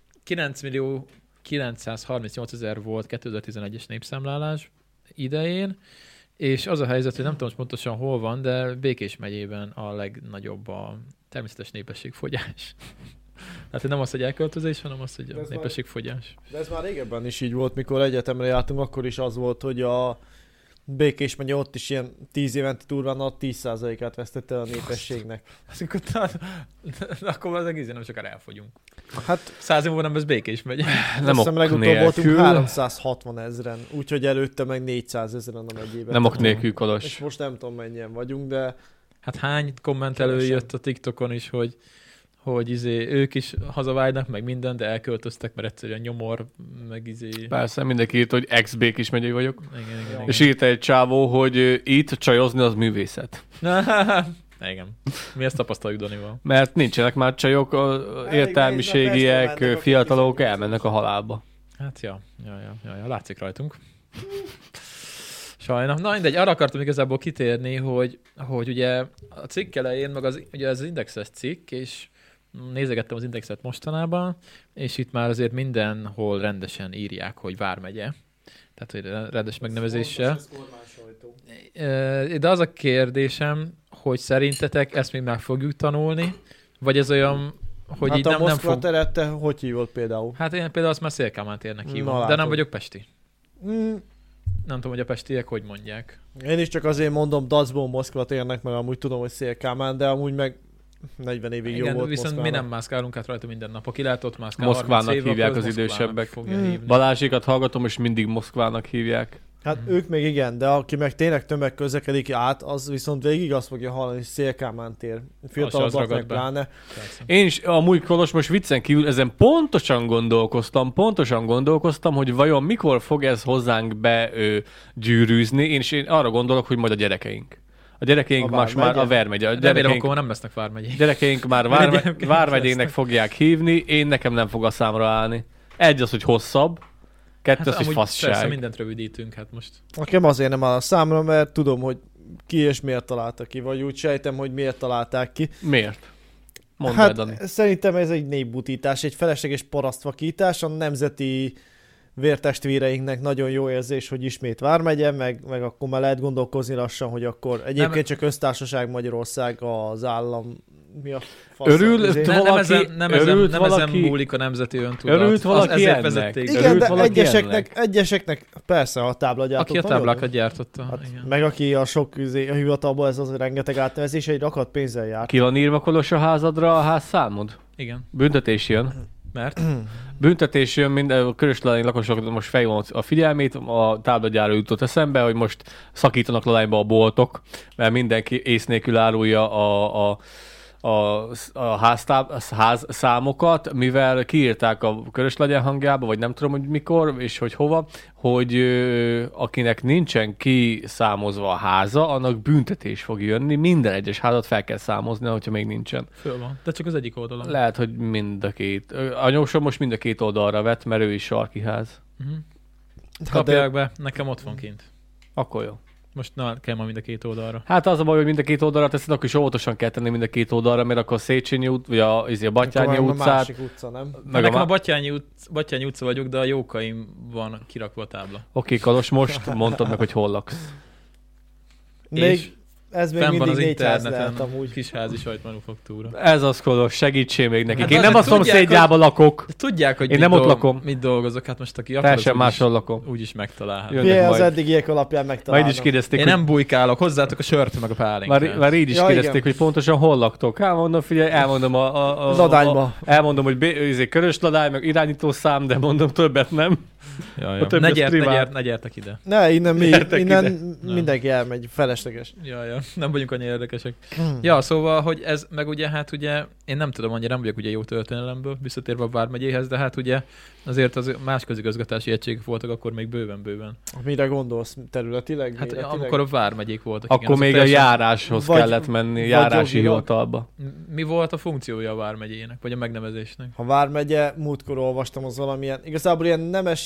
9.938.000 volt 2011-es népszámlálás idején, és az a helyzet, hogy nem tudom pontosan hol van, de Békés megyében a legnagyobb a természetes népességfogyás. Tehát nem az, hogy elköltözés, hanem az, hogy a népességfogyás. De ez már régebben is így volt, mikor egyetemre jártunk, akkor is az volt, hogy a Békés megye ott is ilyen 10 évente durván a 10%-át vesztette a népességnek. Akkor az egész nem sokára elfogyunk. Hát 100 év múlva nem lesz Békés megye. Nem ok legutóbb voltunk 360 000-en, úgyhogy előtte meg 400 000-en a megyében. Nem ok nélkül, Kolos. És most nem tudom mennyien vagyunk, de... Hát hány komment előjött a TikTokon is, hogy ők is hazavágynak, meg minden, de elköltöztek, mert egyszerűen nyomor, meg Persze, mindenki írt, hogy ex-Békés megyei vagyok. Igen. És írt egy csávó, hogy itt csajozni az művészet. Igen. Mi ezt tapasztaljuk Danival. Mert nincsenek már csajok, értelmiségiek, fiatalok elmennek a halálba. Hát ja, látszik rajtunk. Sajnálom. Na mindegy, arra akartam igazából kitérni, hogy ugye a cikk elején, meg ugye ez az indexes cikk, és nézegettem az indexet mostanában, és itt már azért mindenhol rendesen írják, hogy vármegye. Tehát, hogy rendes megnevezéssel. De az a kérdésem, hogy szerintetek ezt még meg fogjuk tanulni, vagy ez olyan, hogy hát így a nem Moszkva fog... teret te hogy hívod például? Hát én például azt már Szélkámán térnek hívom, de nem vagyok pesti. Nem tudom, hogy a pestiek hogy mondják. Én is csak azért mondom, Dacból Moszkva térnek, mert amúgy tudom, hogy Szélkámán, de amúgy meg 40 évig igen, jó volt viszont Moszkvának. mi nem mászkálunk át rajta minden nap. Aki lehet ott mászkál Moszkvának év, hívják az Moszkvának idősebbek. hívni. Balázsékat hallgatom, és mindig Moszkvának hívják. Hát ők még igen, de aki meg tényleg tömeg közlekedik át, az viszont végig azt fogja hallani, hogy Szélkámán tér. Fiatalabbak meg pláne. Én is amúgy, Kolos, most viccen kívül ezen pontosan gondolkoztam, hogy vajon mikor fog ez hozzánk begyűrűzni, és én arra gondolok, hogy majd a gyerekeink. A gyerekeink már a Vármegye. Remélem, akkor nem lesznek vármegyék. Gyerekeink már Vármegyének fogják hívni, én nekem nem fog a számra állni. Egy az, hogy hosszabb, kettő az, hogy fasság. Persze mindent rövidítünk, hát most. Nekem azért nem áll a számra, mert tudom, hogy ki és miért találta ki, vagy úgy sejtem, hogy miért találták ki. Miért? Mondd el, Dani. Szerintem ez egy népbutítás, egy felesleges parasztvakítás, a nemzeti vértestvéreinknek nagyon jó érzés, hogy ismét Vármegye, meg akkor már lehet gondolkozni lassan, hogy akkor egyébként csak köztársaság Magyarország az állam mi a fasz? Örül Izé- valaki- nem örült ezen valaki- múlik a nemzeti öntudat. Örült valaki ezért ennek? vezették. Igen, Örült de valaki egyeseknek persze a táblagyártók. Aki a nagyon táblákat gyártotta. Hát, Igen. meg aki a sok a hivatalban ez az rengeteg átnevezés, egy rakat pénzzel jár. Ki van írva Kolos a házadra a házszámod? Igen. Büntetés jön. Mert? Büntetés jön, minden a körösladányi lakosok most felhívom a figyelmét, a táblagyáró jutott eszembe, hogy most szakítanak lalányba a boltok, mert mindenki ész nélkül árulja a házszámokat, mivel kiírták a Köröslegyen hangjába, vagy nem tudom, hogy mikor, és hogy hova, hogy akinek nincsen kiszámozva a háza, annak büntetés fog jönni, minden egyes házat fel kell számozni, hogyha még nincsen. Föl van. De csak az egyik oldalon. Lehet, hogy mind a két. Anyósom most mind a két oldalra vett, mert ő is sarki ház. Uh-huh. Hát Kapják be, nekem ott van kint. Akkor jó. Most kell ma mind a két oldalra. Hát az a baj, hogy mind a két oldalra teszed, akkor is óvatosan kell tenni mind a két oldalra, mert akkor a Széchenyi út, vagy a Batthyány Akkor már utcát, a másik utca, nem? meg Nekem a a Batthyány utca vagyok, de a Jókaim van kirakva a tábla. Oké, Kalos, most mondtad meg, hogy hol laksz. Még, ez még Fenn van mindig az 400 lehet interneten amúgy. kisházi sajtmanufaktúra. Ez az, Kolos, segítsél még nekik. Hát Én nem a azért tudják, szomszédjába lakok. Tudják, hogy Én nem ott lakom. mit dolgozok, hát most aki akar, Teljesen az máshol lakom. úgyis megtalálhat. Jön. Milyen az majd. eddigiek alapján Majd megtalálnak. is kérdezték, Én hogy nem bujkálok, hozzátok a sört meg a pálinkát. már így is Ja, kérdezték, igen. hogy pontosan hol laktok. Hát mondom, figyelj, elmondom Ladányba. elmondom, hogy körös ladány, meg irányítószám, de mondom, többet nem. Ja, A többi az privát. ne gyertek ide. Ne, innen, Gyertek innen ide. mindenki elmegy, felesleges. Ja, nem vagyunk annyira érdekesek. Ja, szóval, hogy ez, meg ugye, hát ugye, én nem tudom, annyira nem vagyok ugye jó történelemből, visszatérve a Vármegyéhez, de hát ugye azért az más közigazgatási egységek voltak akkor még bőven. Mire gondolsz területileg? Hát méretileg? amikor a Vármegyék voltak. Akkor azok még a teljesen- járáshoz Vagy- kellett menni, vagy járási jogilag. hivatalba. Mi volt a funkciója a Vármegyének, vagy a megnevezésnek? Ha Vármegye, múltkor olvastam, az valamilyen, igazából ilyen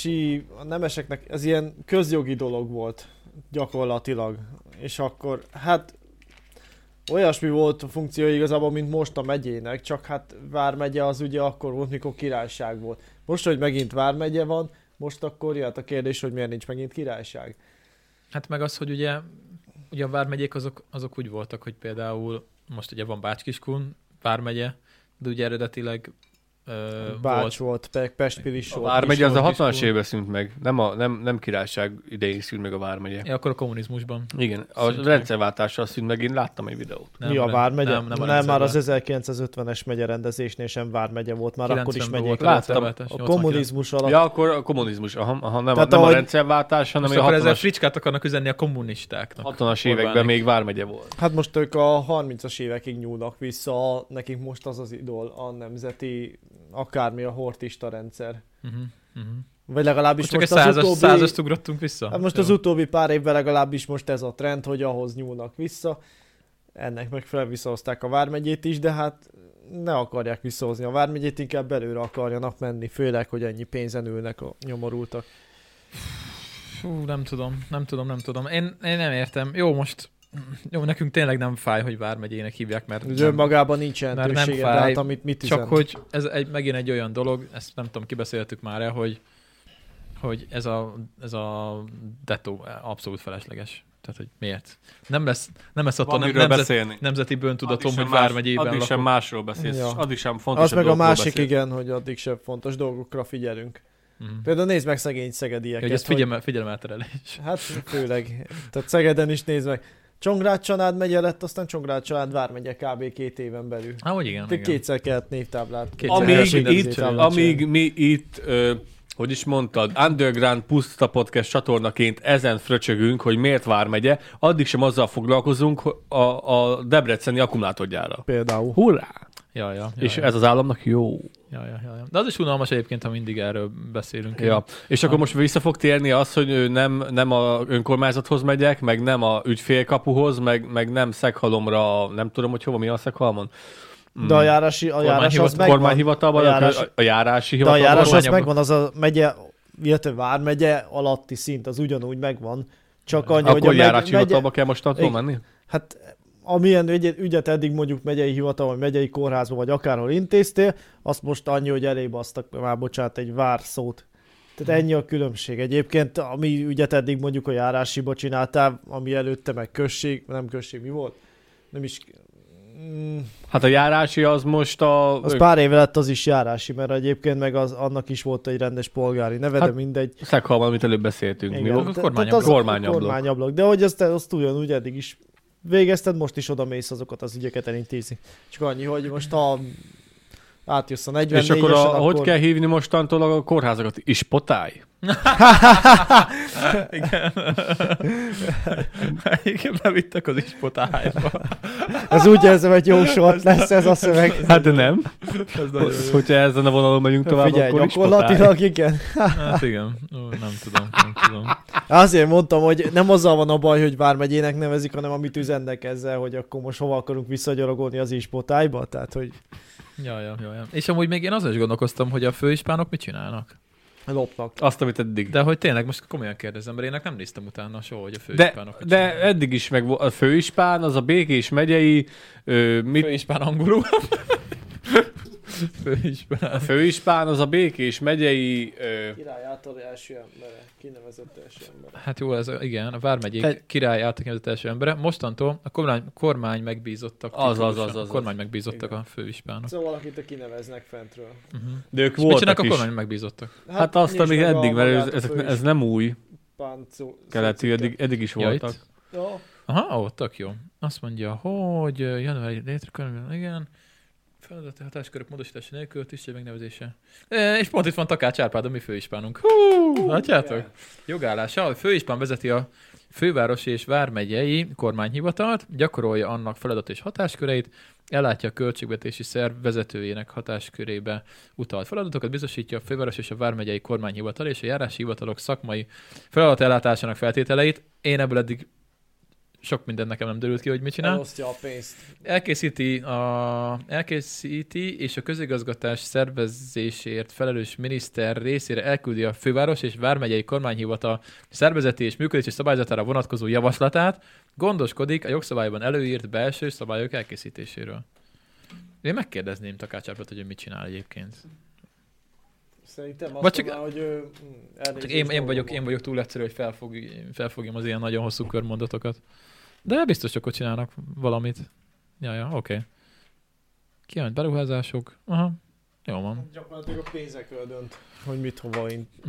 a nemeseknek, ez ilyen közjogi dolog volt gyakorlatilag. És akkor, hát olyasmi volt a funkciója igazából, mint most a megyének, csak hát Vármegye az ugye akkor volt, mikor királyság volt. Most, hogy megint Vármegye van, most akkor jöhet a kérdés, hogy miért nincs megint királyság. Hát meg az, hogy ugye a Vármegyék azok úgy voltak, hogy például most ugye van Bács-Kiskun, Vármegye, de ugye eredetileg Bács volt, Pest-Pilis A volt. Vármegye az a Kismód, 60-as Kiskun. évben szűnt meg, nem királyság idején szűnt meg a Vármegye. Ja, akkor a kommunizmusban. Igen, a Szűnt meg. rendszerváltással szűnt meg, én láttam egy videót. Mi a Vármegye? Nem, Nem, a már az rendszerváltás. 1950-es megye rendezésnél sem Vármegye volt, már akkor is 90-ben megyék. volt a Láttam. rendszerváltás, A 89. kommunizmus alatt. Ja, akkor a kommunizmus, nem, Tehát nem a ahogy- rendszerváltás, hanem Most a akkor ezzel 60-as, fricskát akarnak üzenni a kommunistáknak. 60-as években Orbánék. még Vármegye volt. Hát most ők a 30-as évekig nyúlnak vissza, nekik most az az idol, a nemzeti, akármi a hortista rendszer. Vagy legalábbis Most csak most, egy az utóbbi... százast ugrottunk vissza. Hát most Jó. az utóbbi pár évben legalábbis most ez a trend, hogy ahhoz nyúlnak vissza. Ennek megfelelően visszahozták a Vármegyét is, de hát ne akarják visszahozni a Vármegyét, inkább belőle akarjanak menni, főleg, hogy ennyi pénzen ülnek a nyomorultak. Fú, nem tudom. Én nem értem. Jó, nekünk tényleg nem fáj, hogy Vármegyének hívják, mert Ez önmagában nincs nem jelentősége, de fáj, hát amit mit üzent. csak hogy ez megint egy olyan dolog, ezt nem tudom, kibeszéltük már el, hogy ez a detó abszolút felesleges. Tehát, hogy miért? Nem lesz attól Van miről beszélni. nemzeti bőntudatom, Addig hogy sem Vármegyében Addig sem lakom. másról beszélsz, Ja. addig sem fontos. Az meg a másik, igen, hogy addig sem fontos dolgokra figyelünk. Mhm. Például nézd meg szegény szegedieket. Hogy ez figyelmelterelés. Hát főleg. Tehát Szegeden is nézd meg. Csongrád Csanád megye lett, aztán Csongrád Csanád Vármegye kb. 2 éven belül. Hogy igen. Kétszer kellett névtáblát. Amíg mi itt, hogy is mondtad, Underground Puszta Podcast csatornaként ezen fröcsögünk, hogy miért Vármegye, addig sem azzal foglalkozunk hogy a debreceni akkumulátorgyára. Például. Hurrá! Ja. És ez az államnak jó. Ja. De az is unalmas egyébként, ha mindig erről beszélünk. Ja. És akkor most vissza fog térni az, hogy nem a önkormányzathoz megyek, meg nem a ügyfélkapuhoz, meg nem Szeghalomra, nem tudom, hogy hova, mi a Szeghalmon. De a járás az megvan. Kormányhivatalban, a járási De a hivatalban. járás az kormányabban. megvan, az a megye, illetve Vármegye alatti szint, az ugyanúgy megvan. Csak annyi, hogy Akkor a járási hivatalba kell most attól Igen. menni? Hát amilyen ügyet eddig mondjuk megyei hivatal, vagy megyei kórházba, vagy akárhol intéztél, azt most annyi, hogy elébasztak már, bocsánat, egy várszót. Tehát ennyi a különbség. Egyébként, ami ügyet eddig mondjuk a járásiba csináltál, ami előtte meg község, nem község, mi volt? Nem is Hát a járási az most Az pár éve lett az is járási, mert egyébként meg annak is volt egy rendes polgári neve, de mindegy. Szeghalban, amit előbb beszéltünk. Igen, Mi volt? Kormányablak. Kormányablak. De hogy azt ugyanúgy eddig is végezted, most is oda mész azokat az ügyeket elintézni. Csak annyi, hogy most ha átjössz a 44-esen, és akkor hogy kell hívni mostantól a kórházakat? Ispotály? Igen. Igen, bevittek az ispotályba. Ez úgy érzem, hogy jó sort lesz ez a szöveg. Hát de nem. Hogyha ezen a vonalon megyünk tovább, figyelj, akkor gyakorlatilag igen. Hát igen. Nem tudom. Azért mondtam, hogy nem azzal van a baj, hogy vármegyének nevezik, hanem amit üzennek ezzel, hogy akkor most hova akarunk visszagyalogolni az ispotályba. Tehát, hogy... Ja. És amúgy még én azon is gondolkoztam, hogy a főispánok mit csinálnak. Lopnak. Azt, amit eddig. De hogy tényleg most komolyan kérdezem, mert én nem néztem utána soha, hogy a főispánok. De eddig is meg a főispán, az a Békés megyei... Főispán angolul. A főispán az a Békés megyei... Király által első embere, kinevezett első embere. Hát jó, ez igen, a vármegyék király által kinevezett első embere. Mostantól a kormány megbízottak. Az. Kormány megbízottak a főispánok. Szóval valakit kineveznek fentről. De ők mit csinálnak a kormány megbízottak? Hát azt, amíg eddig, mert ez nem új. Keleti, eddig is voltak. Ja. Aha, tök jó. Azt mondja, hogy januári létrekönyv, igen. Feladati hatáskörök módosítása nélkül, tisztség megnevezése. És pont itt van Takács Árpád, a mi főispánunk. Látjátok? Yeah. Jogállása. A főispán vezeti a fővárosi és vármegyei kormányhivatalt, gyakorolja annak feladat és hatásköreit, ellátja a költségvetési szerv vezetőjének hatáskörébe utalt feladatokat, biztosítja a főváros és a vármegyei kormányhivatal és a járási hivatalok szakmai feladat ellátásának feltételeit. Én ebből eddig sok minden nekem nem derült ki, hogy mit csinál. Elosztja a pénzt. Elkészíti és a közigazgatás szervezésért felelős miniszter részére elküldi a főváros és vármegyei kormányhivatal szervezeti és működési szabályzatára vonatkozó javaslatát, gondoskodik a jogszabályban előírt belső szabályok elkészítéséről. Én megkérdezném Takács Árpád, hogy mit csinál egyébként. Szerintem azt mondná, hogy csak én vagyok túl egyszerű, hogy felfogjam az ilyen nagyon hosszú körmondatokat. De biztos csak ott csinálnak valamit. Ja, oké. Kijelent beruházások. Aha, jó van. Gyakorlatilag a pénzekről dönt, hogy mit hova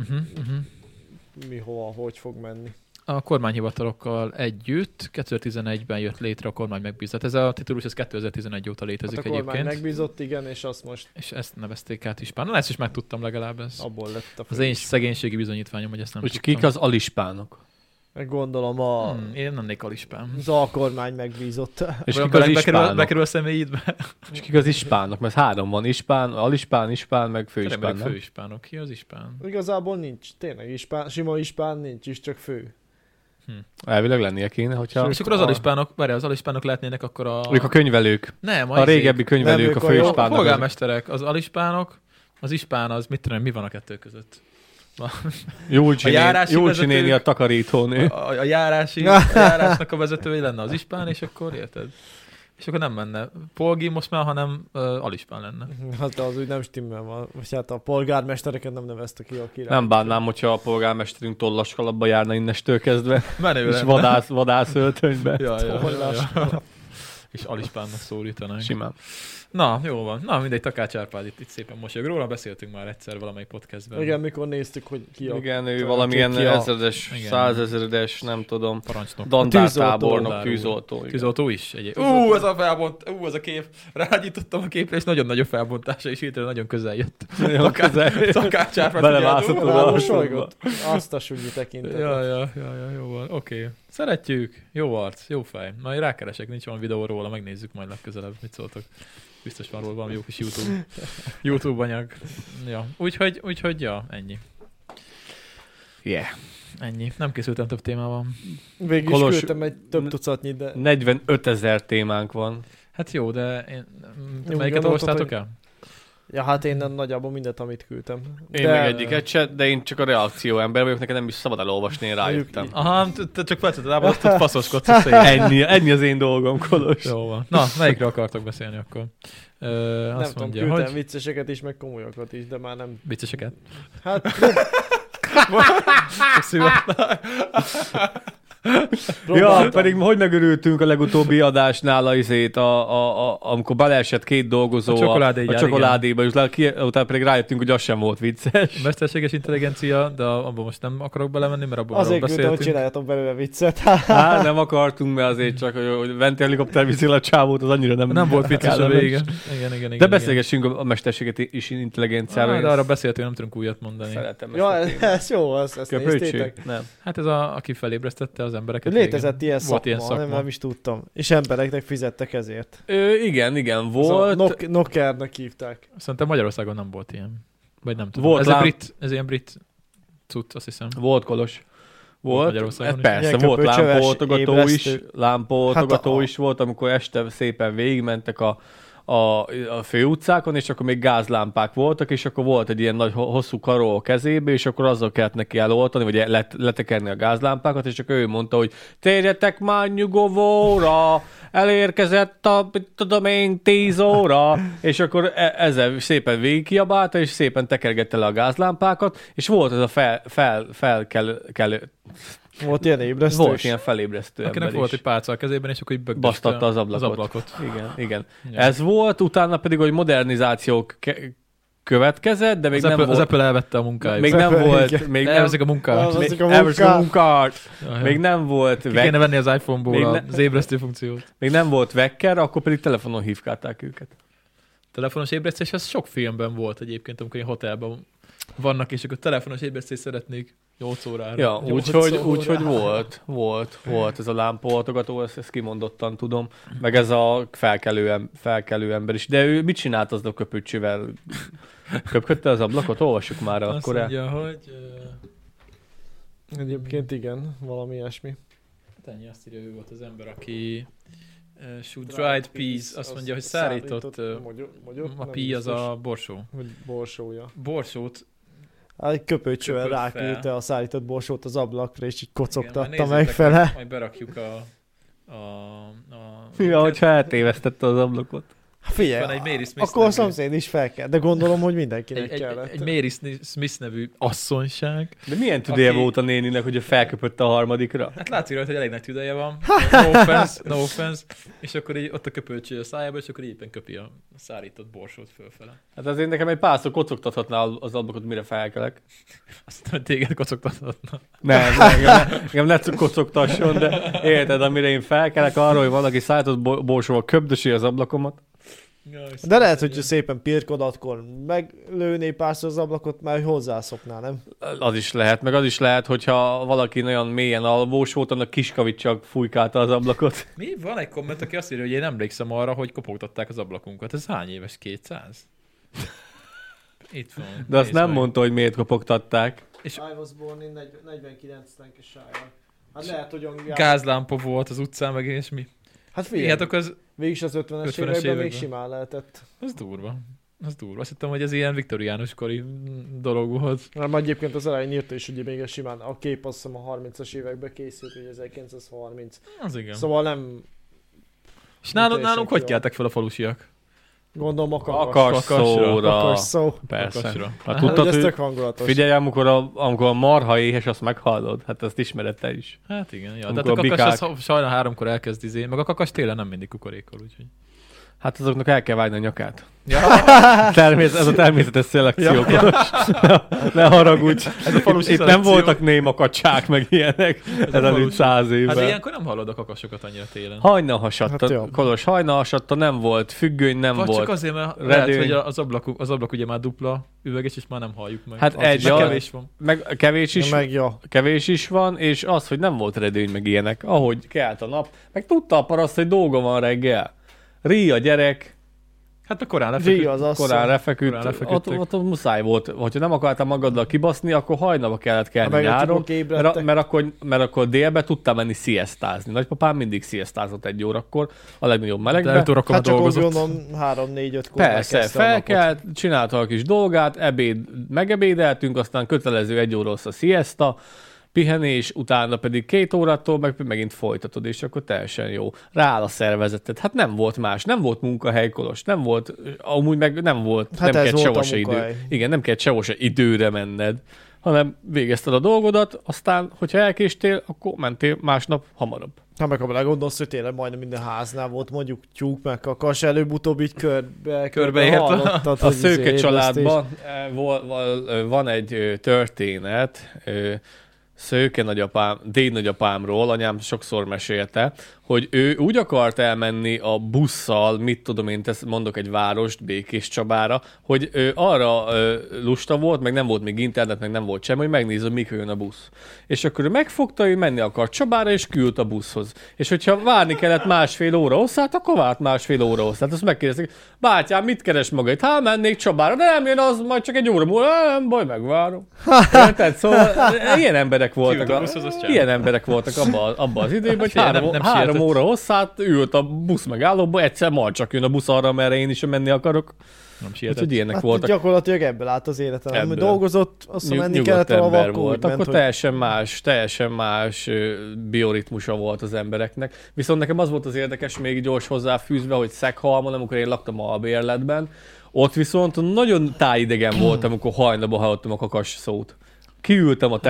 mi hova, hogy fog menni. A kormányhivatalokkal együtt 2011-ben jött létre a kormány megbízott. Ez a titulus, ez 2011 óta létezik egyébként. A kormány egyébként. megbízott, igen, és azt most... És ezt nevezték át ispánul. Ezt is megtudtam legalább. Abból lett a az én szegénységi bizonyítványom, hogy ezt nem tudtam. Kik az alispánok? Gondolom én nem lennék alispán. Az alkormány megbízott. És kik az ispánok? Bekerül a személyidbe. És kik az ispánok? Mert 3 van. Ispán, alispán, meg főispán, nem? Főispánok. Ki az ispán? Igazából nincs. Tényleg ispán. Sima ispán nincs is, csak fő. Elvileg lennie kéne, hogyha... És akkor az alispánok lehetnének akkor Ők a könyvelők. Nem, a régebbi könyvelők, a főispánok. A polgármesterek, az alispánok, az ispán, az mit tudom, mi van a kettő között? Julcsi néni a takarítónő. A járásnak a vezetője lenne az ispán, és akkor érted? És akkor nem menne polgi most már, hanem alispán lenne. Hát az úgy nem stimmel van. Hát a polgármestereket nem nevezte ki a király. Nem bánnám, hogyha a polgármesterünk tollaskalapba járna innestől kezdve. Menő és vadászöltönybe. Ja. És alispánnak szólítanak. Simán. Na, jó van. Na, mindegy, Takács Árpád itt szépen mosolyog. Róla beszéltünk már egyszer valamelyik podcastben. Igen, mikor néztük, hogy ki a... Igen, ő valamilyen ezredes, 100 000-es, nem tudom. Parancsnok. Dandártábornok, tűzoltó. Tűzoltó is. Ez a felbont, ez a kép. Rágyítottam a képre, és nagyon-nagyon felbontása, és hirtelen nagyon közel jött. Takács Árpád. Belevászott a mosolygott. Azt a súlyi tekintetet. Ja, jó van. Oké. Szeretjük. Jó arc, jó fej. Majd rákeresek, nincs van videó róla, megnézzük majd legközelebb, mit szóltok. Biztos van róla valami jó kis YouTube anyag. Ja. Úgyhogy ja, ennyi. Yeah. Ennyi. Nem készültem több témával. Végül is küldtem egy több tucatnyi, de... 45 000 témánk van. Hát jó, de melyiket olvastátok el? Ja, hát én nagyjából mindent, amit küldtem. Én meg egyiket se, de én csak a reakció ember vagyok, nekem nem is szabad elolvasni, én rájöttem. Aha, te csak feltetted, azt tud faszoskodsz. Ennyi az én dolgom, Kolos. Jó van. Na, melyikre akartok beszélni akkor? Nem tudom, küldtem vicceseket is, meg komolyakat is, de már nem... Vicceseket? Hát... Ja, pedig hogy megörültünk a legutóbbi adásnál amikor beleesett 2 dolgozó a csokoládéba, és utána pedig rájöttünk, hogy az sem volt vicces. Mesterséges intelligencia, de abban most nem akarok belemenni, mert abban azért beszéltünk. Azért csináljatok belőle viccet. Hát nem akartunk, mert azért csak, hogy venti helikopter viszi a csávót, az annyira nem volt vicces a vége. Igen. De beszélgessünk a mesterséges intelligenciáról. De arra beszéltünk, nem tudunk újat mondani. Szeretem ja, ez jó, ezt néztétek? Nem. Hát ez aki felébresztette az embereket. Létezett ilyen szakma, nem is tudtam. És embereknek fizettek ezért. Igen, volt. Nokernek hívták. Szerintem Magyarországon nem volt ilyen. Vagy nem tudom. Volt ez ilyen brit cucc, azt hiszem. Volt Kolos. Volt, persze, ilyen volt lámpaoltogató is volt, amikor este szépen végigmentek a főutcákon, és akkor még gázlámpák voltak, és akkor volt egy ilyen nagy hosszú karó a kezébe, és akkor azzal kellett neki eloltani, vagy letekerni a gázlámpákat, és akkor ő mondta, hogy térjetek már nyugovóra, elérkezett a, tudom én, 10 óra, és akkor ezzel szépen végigkiabálta, és szépen tekergette le a gázlámpákat, és volt ez a felkelő. Volt ilyen ébresztő. Volt ilyen felébresztő akinek ember volt is. egy pálca a kezében, és akkor így basztatta az ablakot. Igen. Ez volt, utána pedig, hogy modernizációk következett, de még nem volt. Az Apple elvette a munkáját. Még nem volt. Elveszik a munkát. Még nem volt. Ki kéne venni az iPhone-ból az ébresztő funkciót. Még nem volt wecker, akkor pedig telefonon hívkálták őket. Telefonos ébresztés, ez sok filmben volt egyébként, amikor egy hotelben vannak, és akkor telefonos ébresztést szeretnék 8 órára. Ja, úgyhogy volt ez a lámpaoltogató, ezt kimondottan tudom, meg ez a felkelő ember is. De ő mit csinált az a köpőcsővel? Köpködte az ablakot? Olvassuk már azt akkor mondja, hogy... Egyébként igen, valami ilyesmi. Hát ennyi, azt írja, ő volt az ember, aki... shoot dried peas, azt mondja, hogy szárított a pea az a borsó. Hogy borsója. Borsót egy köpőcsővel ráküldte a szállított borsót az ablakra, és így kocogtatta igen, meg fele. Majd berakjuk ja, hogyha eltévesztette az ablakot. Figyelj, akkor a szomszéd is fel kell, de gondolom, hogy mindenkinek kellett. Egy Mary Smith nevű asszonyság. De milyen tüdeje volt a néninek, hogy felköpött a harmadikra? Hát látszik rajta, hogy elég nagy tüdeje van. No offense. És akkor így ott a köpölcső a szájába, és akkor éppen köpi a szárított borsót fölfele. Hát azért nekem egy párszor kocogtathatná az ablakot, mire felkelek. Azt mondom, hogy téged kocogtathatna. Nem, engem ne kocogtasson, de érted, amire én felkelek arról, hogy valaki szállított borsóval köpdösi az ablakomat. De lehet, hogy szépen pirkodatkor meglőné párszor az ablakot, mert hozzászokná, nem? Az is lehet, meg az is lehet, hogyha valaki nagyon mélyen alvós volt, annak Kiskavit csak fújkálta az ablakot. Mi? Van egy komment, aki azt írja, hogy én emlékszem arra, hogy kopogtatták az ablakunkat. Ez hány éves? 200? Itt van. De azt nem mondta, hogy miért kopogtatták. És I was born in 49 Lancashire. Hát lehet, hogy gázlámpa volt az utcán, meg és mi? Hát figyelj, végig az 50-es években még simán lehetett. Az durva. Azt hittem, hogy ez ilyen viktoriánus kori dolog volt. Már egyébként az elején írta is, hogy még ez simán, a kép azt hiszem a 30-as években készült, hogy 1930. Az igen. Szóval nem... És nálunk hogy keltek fel a falusiak? Gondolom a Kakasszóra. Persze. Hát tudtad, hogy figyelj, amikor a marha éhes, azt meghallod. Hát ezt ismered te is. Hát igen. Ja. De a kakas sajnál 3-kor elkezd meg a kakas télen nem mindig kukorékol, úgyhogy. Hát azoknak el kell vágni a nyakát. Ja. Ez a természetes szelekció. Ja. Ne haragudj. Itt nem voltak néma kacsák, meg ilyenek. Ez az itt 100 évben. Hát ilyenkor nem hallod a kakasokat annyira télen. Hajna hasadta. Hát Kolos, hajna hasadta, nem volt. Függöny nem volt. Csak azért, mert lehet, hogy az ablak ugye már dupla üveges, és már nem halljuk meg. Hát kevés van. Meg kevés is van, és az, hogy nem volt redőny, meg ilyenek. Ahogy kelt a nap, meg tudta a paraszt, hogy dolga van reggel. Rí a gyerek. Hát meg korán lefeküdt. Ott muszáj volt. Hogyha nem akartál magaddal kibaszni, akkor hajnalba kellett kelni nyáron. Mert akkor délbe tudtál menni sziasztázni. Nagypapám mindig sziasztázott 1 órakor, a legnagyobb melegben. Hát csak úgy gondolom 3-4-5-kor persze, felkelt, csinálta a kis dolgát, megebédeltünk, aztán kötelező 1 óra a sziaszta, pihenés, utána pedig 2 órától megint folytatod, és akkor teljesen jó. Rááll a szervezeted. Hát nem volt más, nem volt munkahely, Kolos, nem volt, amúgy meg nem volt, hát nem kellett sehol se idő. Igen, nem kellett sehol se időre menned, hanem végezted a dolgodat, aztán, hogyha elkéstél, akkor mentél másnap hamarabb. Ha meg ha belegondolsz, hogy tényleg majdnem minden háznál volt mondjuk tyúk, meg kakas, előbb-utóbb így Körbeért a Szőke családban van egy történet, Szőke nagyapám, déd nagyapámról, anyám sokszor mesélte, hogy ő úgy akart elmenni a busszal, mit tudom én, mondok egy várost, Békéscsabára, hogy ő arra lusta volt, meg nem volt még internet, meg nem volt semmi, hogy megnézze, hogy mikor jön a busz. És akkor ő megfogta, hogy menni akart Csabára, és küldte a buszhoz. És hogyha várni kellett másfél óra hosszát, akkor várt másfél óra hosszát. Azt megkérdezték, bátyám, mit keres maga itt? Hát mennék Csabára, de nem jön az, majd csak egy óra múlva, nem baj, megvárom. Tehát szóval ilyen emberek voltak abban az időben, hogy három óra hosszát ült a busz megállóba, egyszer majd csak jön a busz arra, merre én is menni akarok. Nem sietett. Hát ilyenek voltak. Gyakorlatilag ebből állt az életem. Dolgozott, azt menni kellett ember volt. Akkor teljesen más bioritmusa volt az embereknek. Viszont nekem az volt az érdekes, még gyors hozzáfűzve, hogy Szeghalmon, amikor én laktam albérletben, ott viszont nagyon tájidegen voltam, amikor hajnalban hallottam a kakas szót. Kiültem a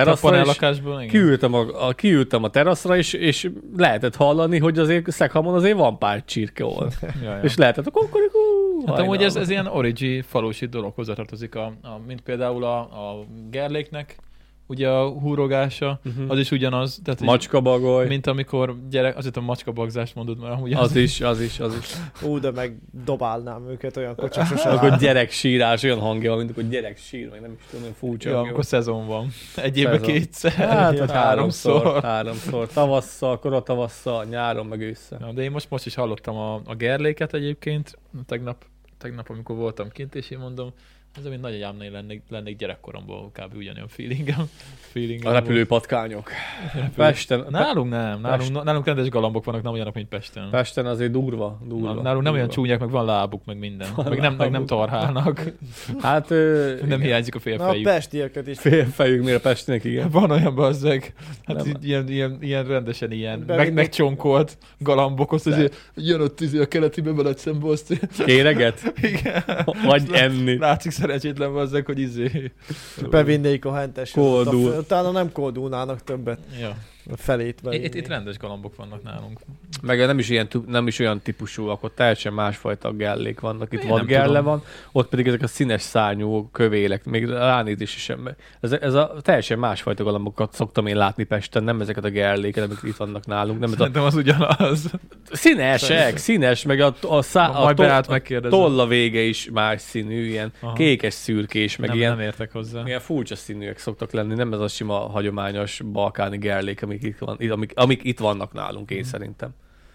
teraszra, és lehetett hallani, hogy azért Szeghalmon azért van pár csirkeol. És lehetett a kukurikú. Hát amúgy ez ilyen origi falusi dologhoz tartozik, mint például a Gerléknek, ugye a húrogása, az is ugyanaz. Tehát macskabagoly. Mint amikor azért a macskabagzást mondod, mert amúgy az is. De meg dobálnám őket olyan kocsisosan. Akkor gyereksírás, olyan hangja van, mint akkor gyerek sír, meg nem is tudom, olyan furcsa. Ja, akkor szezon van. Egy évben kétszer. Hát, vagy háromszor. Tavasszal, koratavasszal, nyáron, meg ősszel. Ja, de én most is hallottam a Gerléket egyébként, tegnap, amikor voltam kint, és én mondom, ez mint nagyanyámnél lennék gyerekkoromból, kb. Ugyanolyan feelingem. A repülő patkányok. Pesten. Nálunk rendes galambok vannak, nem olyanok, mint Pesten. Pesten azért durva. Nálunk nem olyan csúnyák, meg van lábuk, meg minden. Meg nem tarhálnak. Hát... nem hiányzik a félfejük. A pestieket is. Félfejük, mire a pestinek, igen. Van olyan bazzeg. Hát ilyen rendesen ilyen. Megcsonkolt galambok, azt azért jön ott a keletibe veled szembe, azt... Kéreget? Igen. Vagy enni. Látszik szerencsétlen bazzeg, hogy bevinnék a hentes. Koldul. Utána nem koldulnának többet. Ja. Felét itt rendes galambok vannak nálunk. Meg nem is olyan típusúak, ott teljesen másfajta gellék vannak. Itt vadgerle van, ott pedig ezek a színes szárnyú kövélek, még ránézés sem. Ez a teljesen másfajta galambokat szoktam én látni Pesten, nem ezeket a gerléket, amik itt vannak nálunk. Nem szerintem az ugyanaz. Színes, meg a tolla vége is más színű, ilyen kékes szürkés, meg ilyen. Nem értek hozzá. Milyen furcsa színűek szoktak lenni, nem ez a sima hagyományos balkáni gerlék, amik itt vannak nálunk, én szerintem.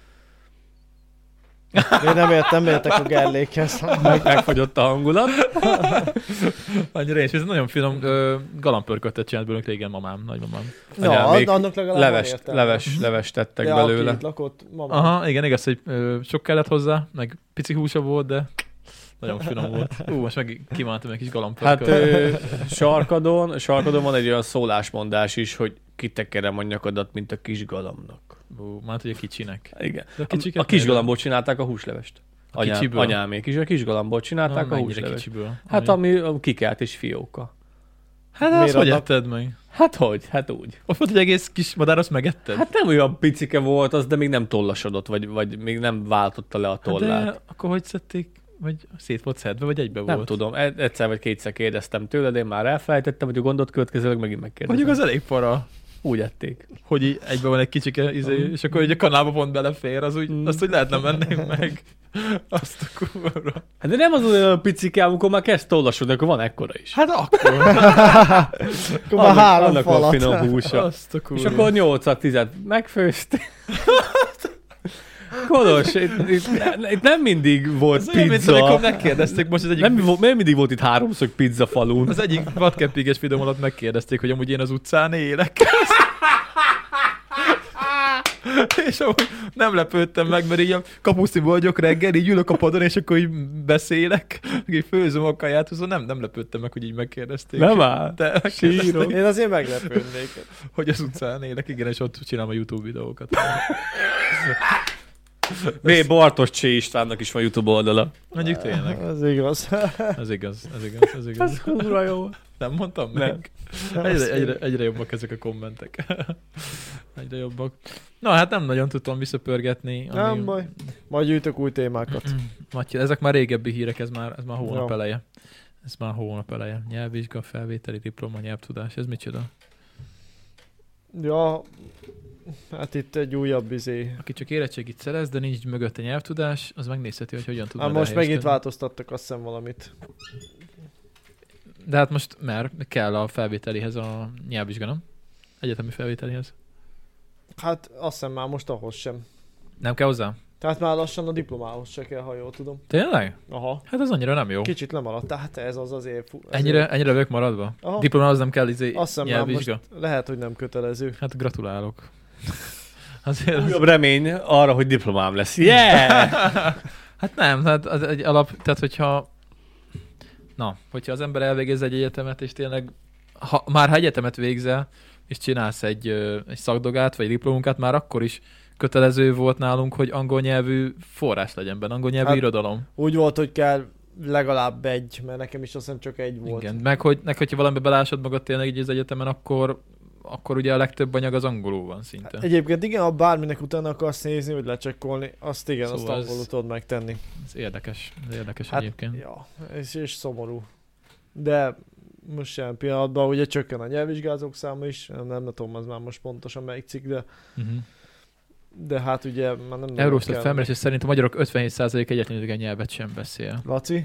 Én nem értek a gerlékhez. Megfagyott a hangulat. Annyira is, ez nagyon finom galambpörköttet csinált belőlünk régen mamám, nagymamám. Annak legalább leves tettek belőle. Lakott, aha, igen, igaz, hogy sok kellett hozzá, meg pici húsa volt, de nagyon finom volt. Most meg kívántam egy kis galambpörköt. Hát Sarkadon van egy olyan szólásmondás is, hogy kitekerem a nyakadat, mint a kis galambnak. Már ugye kicsinek. Igen. A kis galambból csinálták a húslevest. Anyámék is a kis galambból csinálták a húslevest. Kicsiből? Hát ami kikelt és fióka. Hát azt hogy etted meg? Hát úgy. Ott volt egy egész kis madár, azt megetted? Hát nem olyan picike volt az, de még nem tollasodott, vagy még nem váltotta le a tollát. De akkor hogy szedték? Vagy szét volt szedve, vagy egybe volt? Nem tudom, egyszer vagy kétszer kérdeztem tőle, de én már elfelejtettem, hogy a gondot következőleg megint megkérdezem. Mondjuk az elég para. Úgy ették. Hogy így egybe van egy kicsike, és akkor egy a kanálba pont belefér, azt úgy lehetne menném meg. Azt a kurva. Hát de nem az olyan picike, amikor már kezd tollasodni, akkor van ekkora is. Hát akkor. Akkor már 3 falat. Annak van finom húsa. Azt a kurva. És akkor 8-10 megfőztél. Kolos, itt nem mindig volt pizza. Mint amikor megkérdezték most az egyik... Nem mindig volt itt 3-szög pizza falun. Az egyik vadkempinges videóm alatt megkérdezték, hogy amúgy én az utcán élek. És amúgy nem lepődtem meg, mert így a kapusziból vagyok reggel, így ülök a padon, és akkor így beszélek, így főzöm a kaját, szóval nem lepődtem meg, hogy így megkérdezték. Nem áll. Én azért meglepődnék. Hogy az utcán élek, igen, és ott csinálom a YouTube videókat. Bartos Csé Istvánnak is van YouTube oldala. Mondjuk tényleg. Ez igaz. Ez igaz. Ez kurva jó. Nem mondtam meg? Egyre jobbak ezek a kommentek. Egyre jobbak. Na hát nem nagyon tudtam visszapörgetni. Nem baj. Majd gyűjtök új témákat. Matyi, ezek már régebbi hírek, ez már hónap eleje. Ez már hónap eleje. Nyelvvizsga, felvételi diploma, nyelvtudás. Ez micsoda? Ja, hát itt egy újabb Aki csak érettségit szerez, de nincs mögötte nyelvtudás, az megnézheti, hogy hogyan tudna most megint változtattak azt hiszem valamit. De hát most mert kell a felvételihez a nyelvvizsga, nem? Egyetemi felvételihez. Hát azt hiszem már most ahhoz sem. Nem kell hozzá? Tehát már lassan a diplomához se kell, ha jól tudom. Tényleg? Aha. Hát az annyira nem jó. Kicsit lemaradt, tehát ez az azért... Ennyire vagyok maradva? Aha. Diplomához nem kell nyelvvizsga? Most lehet, hogy nem kötelező. Hát gratulálok. Azért újabb remény arra, hogy diplomám lesz. Yeah! Hát nem, tehát az egy tehát hogyha az ember elvégez egy egyetemet, és tényleg, ha egyetemet végzel, és csinálsz egy szakdogát, vagy diplomunkát, már akkor is kötelező volt nálunk, hogy angol nyelvű forrás legyen benne, angol nyelvű irodalom. Úgy volt, hogy kell legalább egy, mert nekem is azt hiszem csak egy volt. Igen, meg hogyha valamiben belásod magad tényleg így az egyetemen, akkor ugye a legtöbb anyag az angolul van szinte. Hát egyébként igen, ha bárminek utána akarsz nézni, hogy lecsekkolni, azt igen, szóval azt angolul tudod megtenni. Ez érdekes hát, egyébként. Ja, és szomorú. De most jelen pillanatban ugye csökken a nyelvvizsgázók száma is, nem tudom, az már most pontosan melyik cikk, de hát ugye már nem... Eurostat felmérés szerint a magyarok 57% egyetlen idegen nyelvet sem beszél. Laci?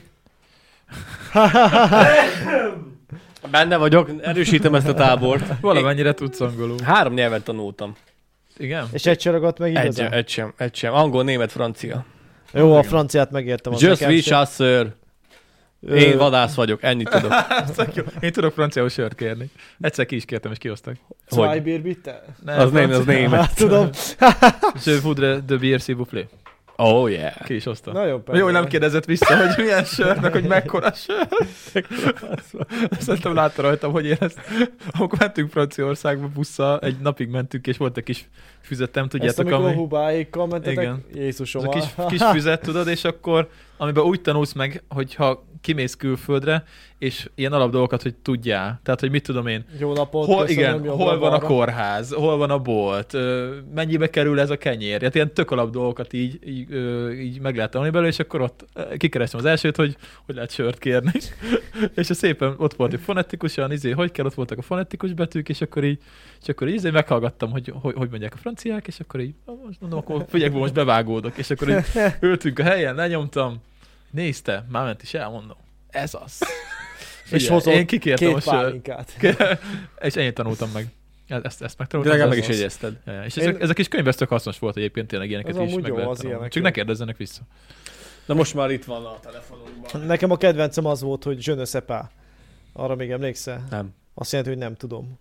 Benne vagyok, erősítem ezt a tábort. Valamennyire tudsz angolul. 3 nyelvet tanultam. Igen? És egy se ragadt meg igazán? Egy sem. Angol, német, francia. Jó, a franciát megértem. Je suis chasseur. Én vadász vagyok, ennyit tudok. Én tudok franciául sört kérni. Egyszer ki is kértem, és kihoztak. Zwei Bier bitte? Az német. Hát, tudom. Je voudrais de bière s'il vous plaît. Oh yeah. Ki is hozta. Na jó, jó, nem kérdezett vissza, hogy milyen sör, meg hogy mekkora sör. Szerintem látta rajtam, hogy én ezt... Amikor mentünk Franciaországba busszal, egy napig mentünk, és volt egy kis füzetem, tudjátok, ezt amikor Hubáékkal mentetek? Igen. Jézusom. Ez a kis füzet, tudod, és akkor, amiben úgy tanulsz meg, hogyha kimész külföldre, és ilyen alapdolgokat, hogy tudjál. Tehát, hogy mit tudom én. Jó napot, köszönöm, hol van a kórház, hol van a bolt, mennyibe kerül ez a kenyér. Hát ilyen tök alap dolgokat így meg lehet tanulni belőle, és akkor ott kikerestem az elsőt, hogy lehet sört kérni. És szépen ott volt, hogy fonetikusan, hogy kell, ott voltak a fonetikus betűk, és akkor így meghallgattam, hogy mondják a franciák, és akkor így, most mondom, akkor figyelj, most bevágódok, és akkor így ültünk a helyen, lenyomtam, nézte, már ment is elmondom. Ez az. És hozott én kikértem 2 pálinkát. És ennyit tanultam meg. Ezt megtanultam. De legalább meg is jegyezted. És ez a kis könyv tök hasznos volt egyébként, tényleg ilyeneket is meg lehet tanulni. Csak ne kérdezzenek vissza. Na most már itt van a telefonunkban. Nekem a kedvencem az volt, hogy je ne sais pas. Arra még emlékszel? Nem. Azt jelenti, hogy nem tudom.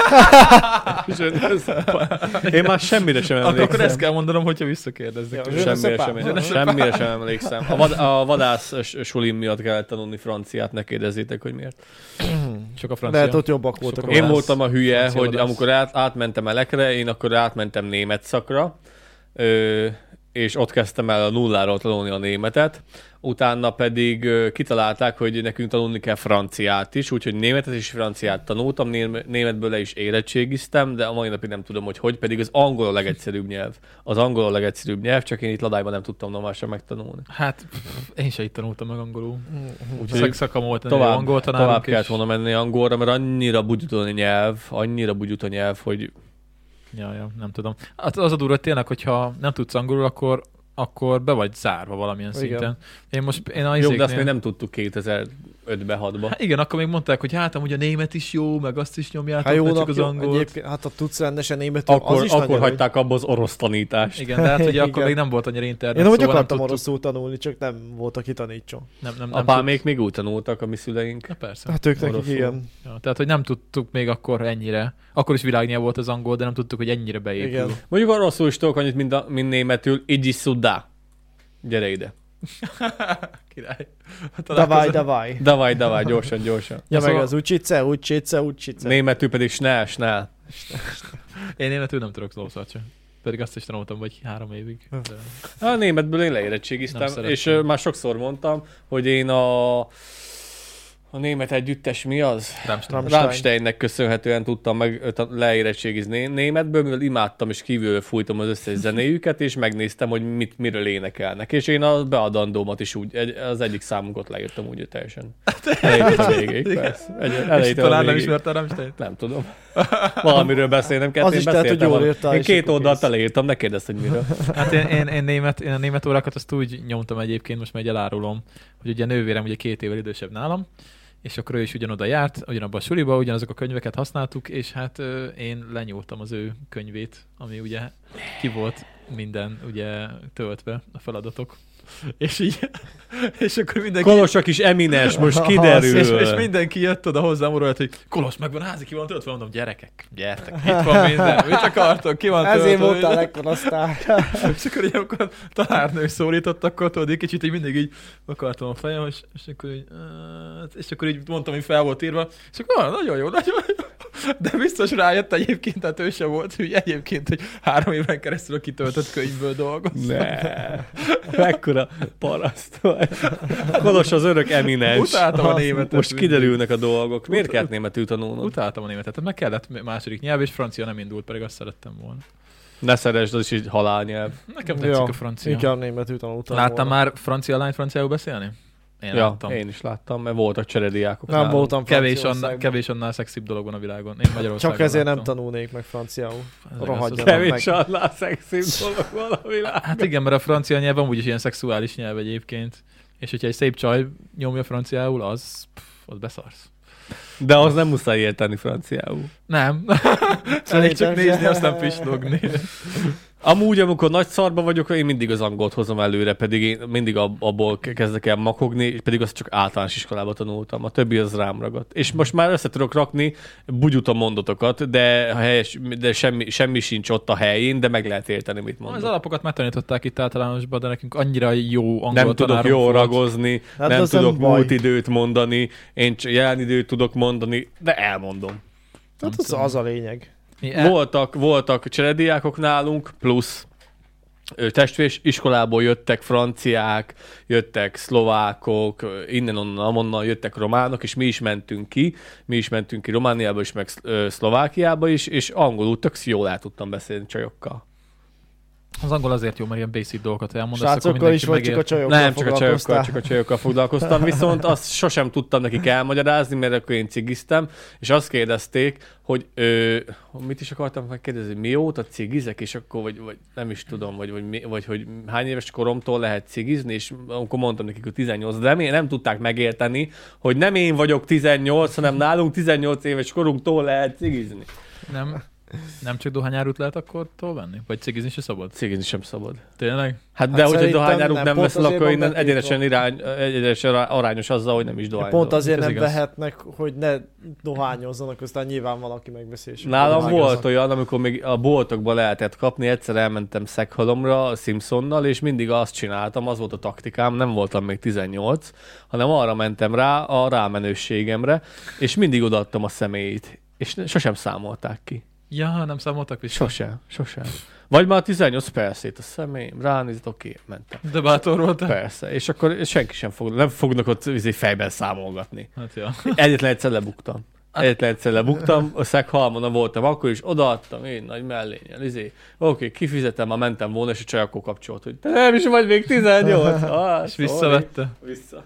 Én már semmire sem emlékszem. Akkor ezt kell mondanom, hogyha visszakérdeznek. Semmire sem emlékszem. A vadász sulim miatt kellett tanulni franciát, ne kérdezzétek, hogy miért. Csak a francia. Lehet, ott jobbak voltak. Én voltam a hülye, hogy amikor átmentem elekre, én akkor átmentem német szakra, és ott kezdtem el a nulláról tanulni a németet, utána pedig kitalálták, hogy nekünk tanulni kell franciát is, úgyhogy németet és franciát tanultam, németből le is érettségiztem, de a mai napig nem tudom, hogy pedig az angol a legegyszerűbb nyelv. Az angol a legegyszerűbb nyelv, csak én itt Ladályban nem tudtam normálisan megtanulni. Hát én se itt tanultam meg angolul. Úgyhogy szakam volt tovább kellett volna menni angolra, mert annyira bugyutó nyelv, hogy... Ja, nem tudom. Az a durva, tényleg, hogyha nem tudsz angolul, akkor be vagy zárva valamilyen szinten. Jó, de azt még nem tudtuk 2005-ben, 6-ban. Hát igen, akkor még mondták, hogy hát amúgy a német is jó, meg azt is nyomjátok, jó, csak az angolt. Hát ha tudsz rendesen németül, akkor hagyták abba az orosz tanítást. Igen, de hát ugye akkor még nem volt annyira internet. Én úgy akartam oroszul tanulni, csak nem volt, aki tanítson. Apámék még úgy tanultak, a mi szüleink. Na persze. Hát ők nekik igen. Ja, tehát, hogy nem tudtuk még akkor ennyire. Akkor is világnyelv volt az angol, de nem tudtuk, hogy ennyire beépül. Igen. Mondjuk oroszul is tudok annyit, mint németül. Így is szudá. Gyere ide. Király. Davai, gyorsan. Ja, meg az ucsice. Németül pedig snell. Én németül nem tudok szóval csak. Pedig azt is tanultam, vagy 3 évig. De... A németből én leérettségiztem, és már sokszor mondtam, hogy én a A német együttes mi az? Rammstein. Rammsteinnek köszönhetően tudtam meg leérettségizni németből, mivel imádtam és kívülről fújtam az összes zenéjüket, és megnéztem, hogy miről énekelnek. És én a beadandómat is úgy, az egyik számunkat leírtam úgy teljesen. Elejétől a végéig, persze. És talán nem ismerte a Rammsteint? Nem tudom. Valamiről beszélnem kell. Az is lehet, hogy jól írtál. Én 2 oldalt leírtam, ne kérdezz, hogy miről. Hát én a német órákat azt úgy nyomtam egyébként, most már elárulom, hogy ugye nővérem ugye 2 évvel idősebb nálam, és akkor ő is ugyanoda járt, ugyanabban a suliba, ugyanazok a könyveket használtuk, és hát én lenyúltam az ő könyvét, ami ugye ki volt minden ugye töltve a feladatok. És így, és akkor mindenki... Kolos a kis eminens, most kiderül. És mindenki jött oda hozzám, orrolt, hogy Kolos, megvan házi, ki van töltve? Mondom, gyerekek, gyertek, itt van minden, mit akartok, ki van töltve? Ezért voltál ekkor aztán. És akkor így, amikor tanárnő szólított, akkor tudod, egy kicsit így mindig így akartam a fejem, és akkor így mondtam, hogy fel volt írva, és akkor nagyon jó. De biztos rájött egyébként, tehát ő sem volt, hogy egyébként, hogy 3 éven keresztül a kitöltött könyvből dolgozott. Mekkora paraszt vagy. Kolos az örök eminens. Utáltam a németet. Most kiderülnek a dolgok. Miért kellett németül tanulnod? Utáltam a németet. Meg kellett második nyelv, és francia nem indult, pedig azt szerettem volna. Ne szeresd, az is így halálnyelv. Nekem tetszik a francia. Inkább németül tanultam. Láttam már francia lányt franciául beszélni? Én is láttam, mert voltak cserediákok. Nem voltam kevés annál szexibb dolog van a világon. Én Magyarországon csak ezért láttam. nem tanulnék meg franciául. Kevés annál szexibb dolog van a világon. Hát igen, mert a francia nyelv amúgy is ilyen szexuális nyelv egyébként. És hogyha egy szép csaj nyomja franciául, az beszarsz. De az nem muszáj érteni franciául. Nem. Elég csak nézni, aztán pislogni. Amúgy, amikor nagy szarba vagyok, én mindig az angolt hozom előre, pedig én mindig abból kezdek el makogni, pedig azt csak általános iskolában tanultam. A többi az rám ragadt. És most már össze tudok rakni bugyuta mondatokat, de semmi sincs ott a helyén, de meg lehet érteni, mit mondok. Az alapokat megtanították itt általánosban, de nekünk annyira jó angol nem tudok jól volt. Ragozni, hát nem tudok múlt időt mondani, én csak jelen időt tudok mondani, de elmondom. Hát az a lényeg. Voltak cserediákok nálunk, plusz testvés iskolából jöttek franciák, jöttek szlovákok, innen-onnan jöttek románok, és mi is mentünk ki Romániába is, meg Szlovákiába is, és angolul tök jól el tudtam beszélni csajokkal. Az angol azért jó, mert ilyen basic dolgokat elmondasz. Srácokkal is vagy csak a csajokkal Nem, csak a csajokkal foglalkoztam, viszont azt sosem tudtam nekik elmagyarázni, mert akkor én cigiztem, és azt kérdezték, hogy mit is akartam megkérdezni, mióta cigizek, és akkor, vagy nem is tudom, vagy hogy hány éves koromtól lehet cigizni, és akkor mondtam nekik, hogy 18, de nem tudták megérteni, hogy nem én vagyok 18, hanem nálunk 18 éves korunktól lehet cigizni. Nem csak dohányárút lehet akkor venni? Vagy cigizni sem szabad? Cigizni sem szabad. Tényleg? Hát de hogyha dohányárút nem veszel, akkor innen egyenesen arányos azzal, hogy nem is dohányzol. Pont azért nem vehetnek, hogy ne dohányozzanak, aztán nyilván valaki megveszi. Nálam volt olyan, amikor még a boltokban lehetett kapni, egyszer elmentem Szekhalomra a Simpsonnal, és mindig azt csináltam, az volt a taktikám, nem voltam még 18, hanem arra mentem rá a rámenőségemre, és mindig odaadtam a személyét, és sosem számolták ki. Ja, nem számoltak vissza? Sosem. Vagy már 18 percét a személyem, ránézett, oké, mentem. De bátor voltál? Persze, és akkor senki sem nem fognak ott fejben számolgatni. Hát ja. Egyetlen egyszer lebuktam, a Szekhalmon voltam, akkor is odaadtam, én nagy mellényel, oké, kifizetem, már mentem volna, és a csaj akkor kapcsolt, hogy te nem is vagy még 18. És visszavette? Vissza.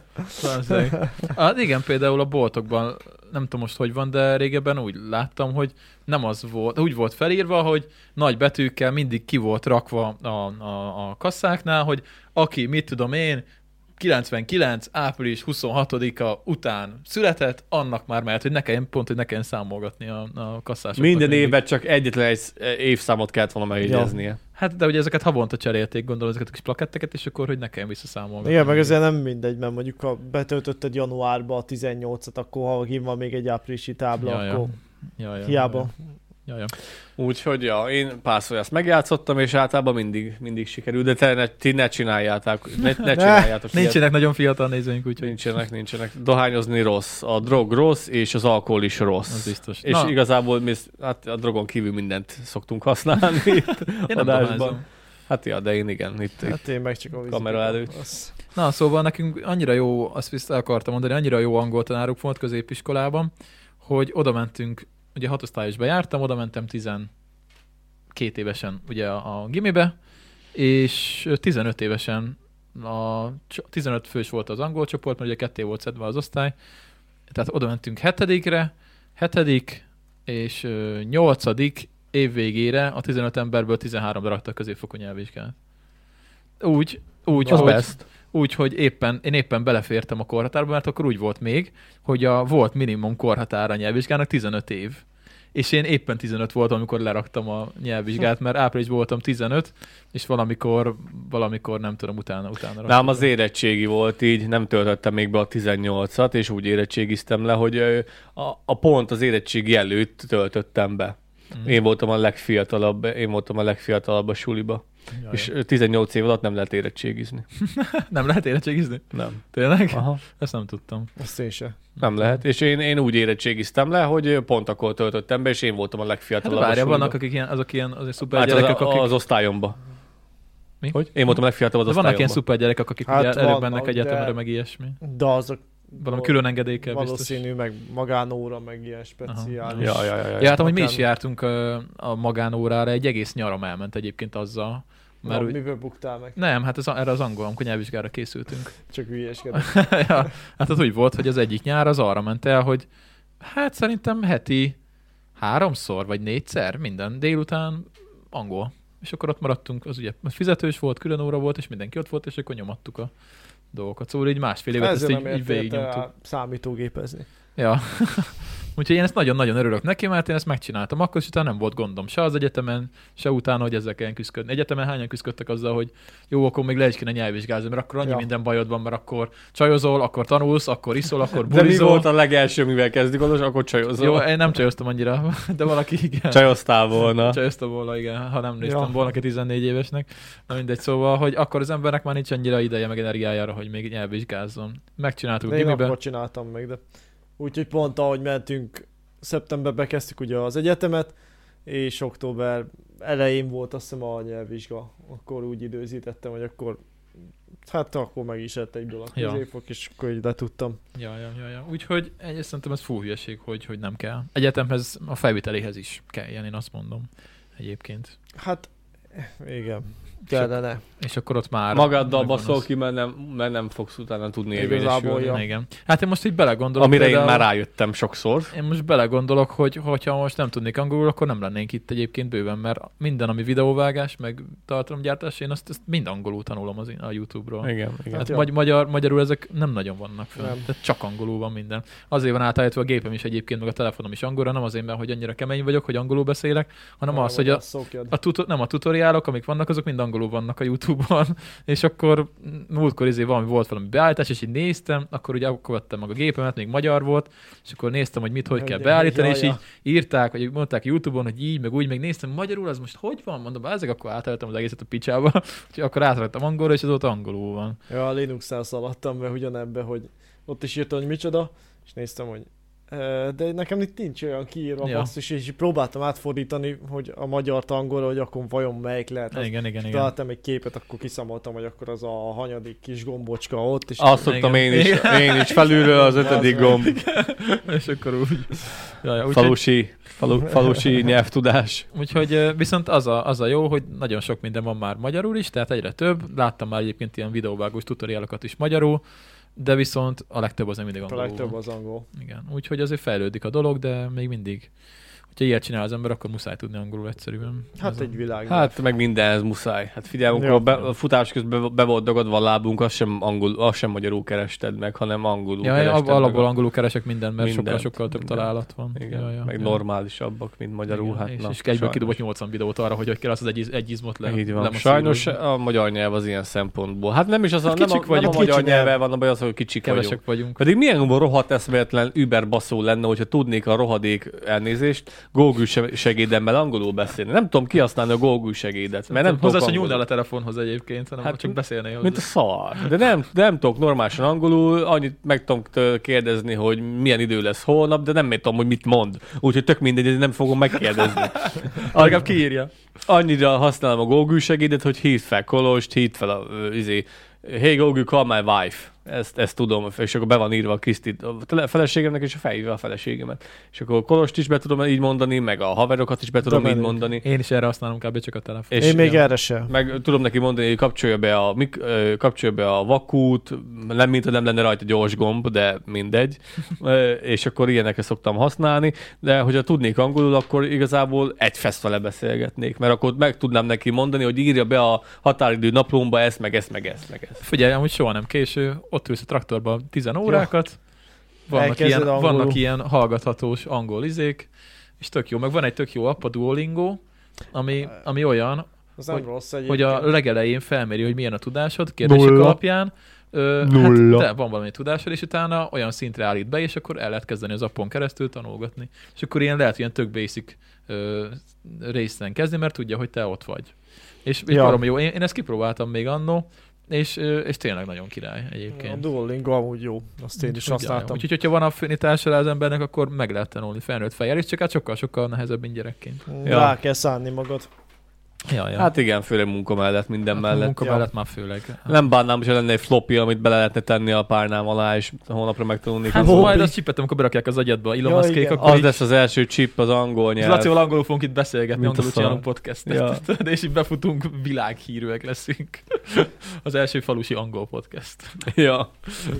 Hát igen, például a boltokban, nem tudom most, hogy van, de régebben úgy láttam, hogy nem az volt, úgy volt felírva, hogy nagy betűkkel mindig ki volt rakva a kasszáknál, hogy aki, mit tudom én, 99. április 26-a után született, annak már mehet, hogy ne kelljen számolgatni a kasszásoknak. Minden évben csak egyetlen egy évszámot kellett volna megjegyeznie. Ja. Hát, de ugye ezeket havonta cserélték, gondolom, ezeket a kis plaketteket, és akkor, hogy ne kelljen visszaszámolgatni. Igen, meg azért nem mindegy, mert mondjuk ha betöltötted januárba a 18-at, akkor ha kint van még egy áprilisi tábla, akkor hiába. Ja. Úgyhogy én párszor ezt megjátszottam, és általában mindig sikerül, de ti ne csináljátok. Ne csináljátok. Nincsenek nagyon fiatal nézőink, úgyhogy. Nincsenek. Dohányozni rossz, a drog rossz, és az alkohol is rossz. Az biztos. És igazából mi a drogon kívül mindent szoktunk használni itt adásban. Hát ja, de én igen, itt én meg csak a kamera előtt. Na, szóval nekünk annyira jó, azt vissza akartam mondani, annyira jó angol tanáruk volt középiskolában, hogy oda mentünk, ugye 6 osztályosba jártam, oda mentem 12 évesen ugye a gimibe, és 15 évesen 15 fős volt az angol csoport, mert ugye ketté volt szedve az osztály, tehát oda mentünk 7. és 8. év végére a 15 emberből 13 raktak középfokú nyelvvizsgát. Úgy, hogy én éppen belefértem a korhatárba, mert akkor úgy volt még, hogy volt minimum korhatára a nyelvvizsgának 15 év. És én éppen 15 voltam, amikor leraktam a nyelvvizsgát, mert áprilisban voltam 15, és valamikor nem tudom, utána raktam. Nálam az érettségi volt így, nem töltöttem még be a 18-at, és úgy érettségiztem le, hogy a pont az érettségi előtt töltöttem be. Én voltam a legfiatalabb a suliba. Jaj. És 18 év alatt nem lehet érettségizni. Nem lehet érettségizni? Nem. Tényleg? Aha. Ezt nem tudtam. Ezt én sem. Nem lehet. És én úgy érettségiztem le, hogy pont akkor töltöttem be, és én voltam a legfiatalabb a suliba. Vannak azok ilyen szuper gyerekek, akik... Az osztályomba. Mi? Hogy? Én voltam a legfiatalabb az osztályomba. Vannak ilyen szuper gyerekek, akik előbb mennek egyetemre, meg ilyesmi. De azok valami külön engedélykel biztos. Valószínű, meg magánóra, meg ilyen speciális. Ja, hát hogy mi is jártunk a magánórára, egy egész nyaram elment egyébként azzal. Mert miből buktál meg? Nem, hát erre az angol, amikor nyelvvizsgára készültünk. Csak hülyeskedek. Ja, hát úgy volt, hogy az egyik nyár az arra ment el, hogy hát szerintem heti 3-szor vagy 4-szer minden délután angol. És akkor ott maradtunk, az ugye fizetős volt, külön óra volt, és mindenki ott volt, és akkor nyomattuk a dolgokat. Szóval így másfél évet ezt így végignyomtuk. Számítógépezni. Ja. Úgyhogy én ezt nagyon-nagyon örülök neki, mert én ezt megcsináltam akkor, és utána nem volt gondom se az egyetemen, se utána, hogy ezzel kelljen küzdködni. Egyetemen hányan küzdködtek azzal, hogy jó, akkor még le is kéne nyelvvizsgázni, mert akkor annyi minden bajod van, mert akkor csajozol, akkor tanulsz, akkor iszol, akkor bulizol. De mi volt a legelső, mivel kezdik oda, akkor csajozol? Jó, én nem csajoztam annyira, de valaki igen. Csajoztál volna. Csajoztam volna, igen, ha nem néztem volna ki 14 évesnek. Na mindegy, szóval, hogy akkor az embernek már nincs annyira ideje meg energiájára, hogy még nyelvvizsgázzon. Megcsináltuk gimibe. Én akkor csináltam meg, de úgyhogy pont ahogy mentünk, szeptemberben kezdtük ugye az egyetemet, és október elején volt azt hiszem a nyelvvizsga. Akkor úgy időzítettem, hogy akkor meg is lett egyből a középfok, és akkor így letudtam. Ja. Úgyhogy szerintem ez full hülyeség, hogy nem kell. Egyetemhez, a felviteléhez is kelljen, én azt mondom egyébként. Hát, igen. Kellene. És akkor ott már... Magaddal baszol ki, mert nem fogsz utána tudni érvényesülni. Igen. Hát én most így belegondolok... Amire én már rájöttem sokszor. Én most belegondolok, hogyha most nem tudnék angolul, akkor nem lennénk itt egyébként bőven, mert minden, ami videóvágás, meg tartalomgyártás, én azt mind angolul tanulom a YouTube-ról. Igen. Hát magyarul ezek nem nagyon vannak fel. Tehát csak angolul van minden. Azért van átállítva a gépem is egyébként, meg a telefonom is angolra, nem azért, mert hogy annyira kemény vagyok, hogy angolul beszélek, hanem az, hogy a tutoriálok, amik vannak, azok mind angolul vannak a YouTube-on, és akkor múltkor volt valami beállítás, és így néztem, akkor ugye akkor vettem meg a gépemet, még magyar volt, és akkor néztem, hogy hogy kell beállítani, és így írták, vagy mondták YouTube-on, hogy így, meg úgy, meg néztem, magyarul az most hogy van? Mondom, ezek akkor átállítom az egészet a picsába, úgyhogy akkor átraktam angolra, és azóta angolul van. Ja, a Linux-el szaladtam be ugyanebbe, hogy ott is írtam, hogy micsoda, és néztem, hogy de nekem itt nincs olyan kiírva basszus, és próbáltam átfordítani, hogy a magyart angolra, hogy akkor vajon melyik lehet. Igen. Találtam egy képet, akkor kiszámoltam, hogy akkor az a hanyadik kis gombocska ott. És azt szoktam én is felülről az 5. gomb. És akkor úgy. Falusi nyelvtudás. Úgyhogy viszont az a jó, hogy nagyon sok minden van már magyarul is, tehát egyre több. Láttam már egyébként ilyen videóvágós tutoriálokat is magyarul, de viszont a legtöbb az nem mindig angol. A legtöbb az angol. Igen, úgyhogy azért fejlődik a dolog, de még mindig. Hogyha ilyet csinál az ember, akkor muszáj tudni angolul egyszerűen. Hát egy világ. Hát meg mindenhez muszáj. Hát figyelj, amikor a futás közben be volt dagadva a lábunk, azt sem magyarul kerested meg, hanem angolul kerested meg. Alapból angolul keresek mindent, mert sokkal több találat van. Igen, meg normálisabbak, mint magyarul. Igen, hát, és egyből kidobott 80 videót arra, hogy kell az egy izmot le. Sajnos a magyar nyelv az ilyen szempontból. Hát nem is az nem a magyar nyelvvel van a baj, az, hogy kicsik vagyunk. Pedig milyen rohadt eszméletlen über baszó lenne, hogyha tudnék a rohadék elnézést Google segédemmel angolul beszélni. Nem tudom kihasználni a Google segédet, mert nem tudok angolul. Nyúlnál a telefonhoz egyébként, hanem hát, csak beszélnél hozzá. Mint a szar. De nem tudok normálisan angolul, annyit meg tudom kérdezni, hogy milyen idő lesz holnap, de nem tudom, hogy mit mond. Úgyhogy tök mindegy, nem fogom megkérdezni. Legalább kiírja. Annyira használom a Google segédet, hogy hívd fel Kolost, hívd fel hey Google, call my wife. Ezt tudom, és akkor be van írva a Krisztit, a feleségemnek, és a felhívja a feleségemet. És akkor Kolost is be tudom így mondani, meg a haverokat is be tudom így mondani. Én is erre használom kb. Csak a telefon. Én még erre sem. Meg tudom neki mondani, hogy kapcsolja be a vakút, nem mint, hogy nem lenne rajta gyors gomb, de mindegy. És akkor ilyeneket szoktam használni, de hogyha tudnék angolul, akkor igazából egy fest vele beszélgetnék, mert akkor meg tudnám neki mondani, hogy írja be a határidő naplómba ezt, meg ezt, meg ezt, meg ezt. Figyelj, amúgy soha nem késő, ott ülsz a traktorban 10 órákat, vannak ilyen hallgathatós angol izék, és tök jó. Meg van egy tök jó app, a Duolingo, ami olyan, hogy a legelején felméri, hogy milyen a tudásod, kérdések alapján. Hát van valami tudásod, és utána olyan szintre állít be, és akkor el lehet kezdeni az appon keresztül tanulgatni. És akkor lehet ilyen tök basic részen kezdni, mert tudja, hogy te ott vagy. És valami jó. Én ezt kipróbáltam még annó, és tényleg nagyon király egyébként. A Duolingo amúgy jó, azt én is használtam. Úgyhogy, hogyha van affinitása az embernek, akkor meg lehet tanulni felnőtt fejjel, és csak hát sokkal nehezebb, mint gyerekként. Rá kell szánni magad. Ja. Hát igen, főleg munka mellett, minden mellett. Munka mellett már főleg. Nem bánnám, hogyha lenne egy floppy, amit bele lehetne tenni a párnám alá, és holnapra megtanulni. Hát majd azt csippetem, amikor berakják az agyadba. Elon Musk-ék, akkor az lesz az első chip, az angol nyelv. Lacival angolul fogunk itt beszélgetni, angolul csinálunk podcastet. Ja. És így befutunk, világhírűek leszünk. Az első falusi angol podcast. Ja.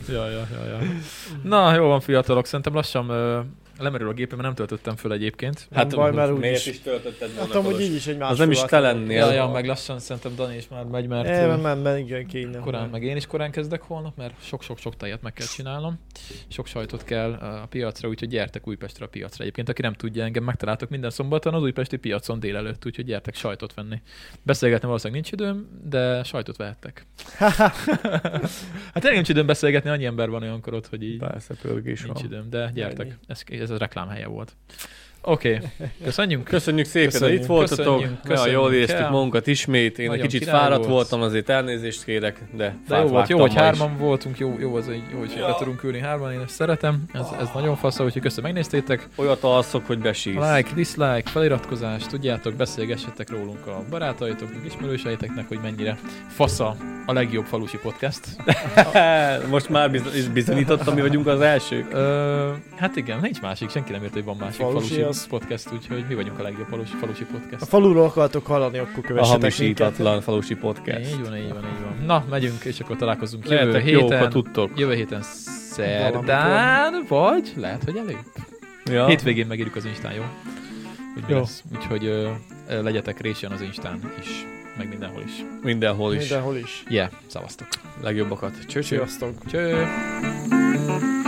Na, jó van, fiatalok, szerintem lassan lemerül a gépem, mert nem töltöttem föl egyébként. Hát baj, mert miért is töltötted volna? Hát amúgy így is egy másfél. Az nem is te lennél. Ja, meg lassan szerintem Dani is már megy, mert igen, kéne. Korán, meg én is korán kezdek holnap, mert sok tejet meg kell csinálnom. Sok sajtot kell a piacra, úgyhogy gyertek Újpestre a piacra. Egyébként, aki nem tudja, engem megtaláltok minden szombaton az újpesti piacon délelőtt, úgyhogy gyertek sajtot venni. Beszélgetni valószínűleg nincs időm, de sajtot vehettek. Hát tényleg nincs időm beszélgetni, annyi ember van olyankor ott, hogy így persze, pörgés nincs időm, de gyertek. Ez a reklámhelye volt. Oké. Köszönjük szépen, hogy itt voltatok. Nagyon jól éreztük magunkat ismét. Én egy kicsit fáradt voltam, azért elnézést kérek, de jó, hogy hárman voltunk, jó, hogy be tudunk ülni hárman, én ezt szeretem. Ez nagyon fasza, úgyhogy köszönöm, megnéztétek. Olyat alszok, hogy besírsz. Like, dislike, feliratkozás, tudjátok, beszélgessetek rólunk a barátaitoknak, ismerőseiteknek, hogy mennyire fasza a legjobb falusi podcast. Most már bizonyítottam, mi vagyunk az elsők. Hát igen, nincs másik, senki nem ért, hogy van másik falusi podcast, úgyhogy mi vagyunk a legjobb falusi podcast. A faluról akartok hallani, akkor kövessetek a hamisítatlan falusi podcast. Így van. Na, megyünk, és akkor találkozunk jövő héten. Jövő héten szerdán, vagy lehet, hogy előbb. Ja. Hétvégén megírjuk az Instán, jó? Úgyhogy legyetek résen az Instán is, meg mindenhol is. Mindenhol is. Mindenhol is. Yeah, szavaztok. Legjobbakat. Cső. Cső.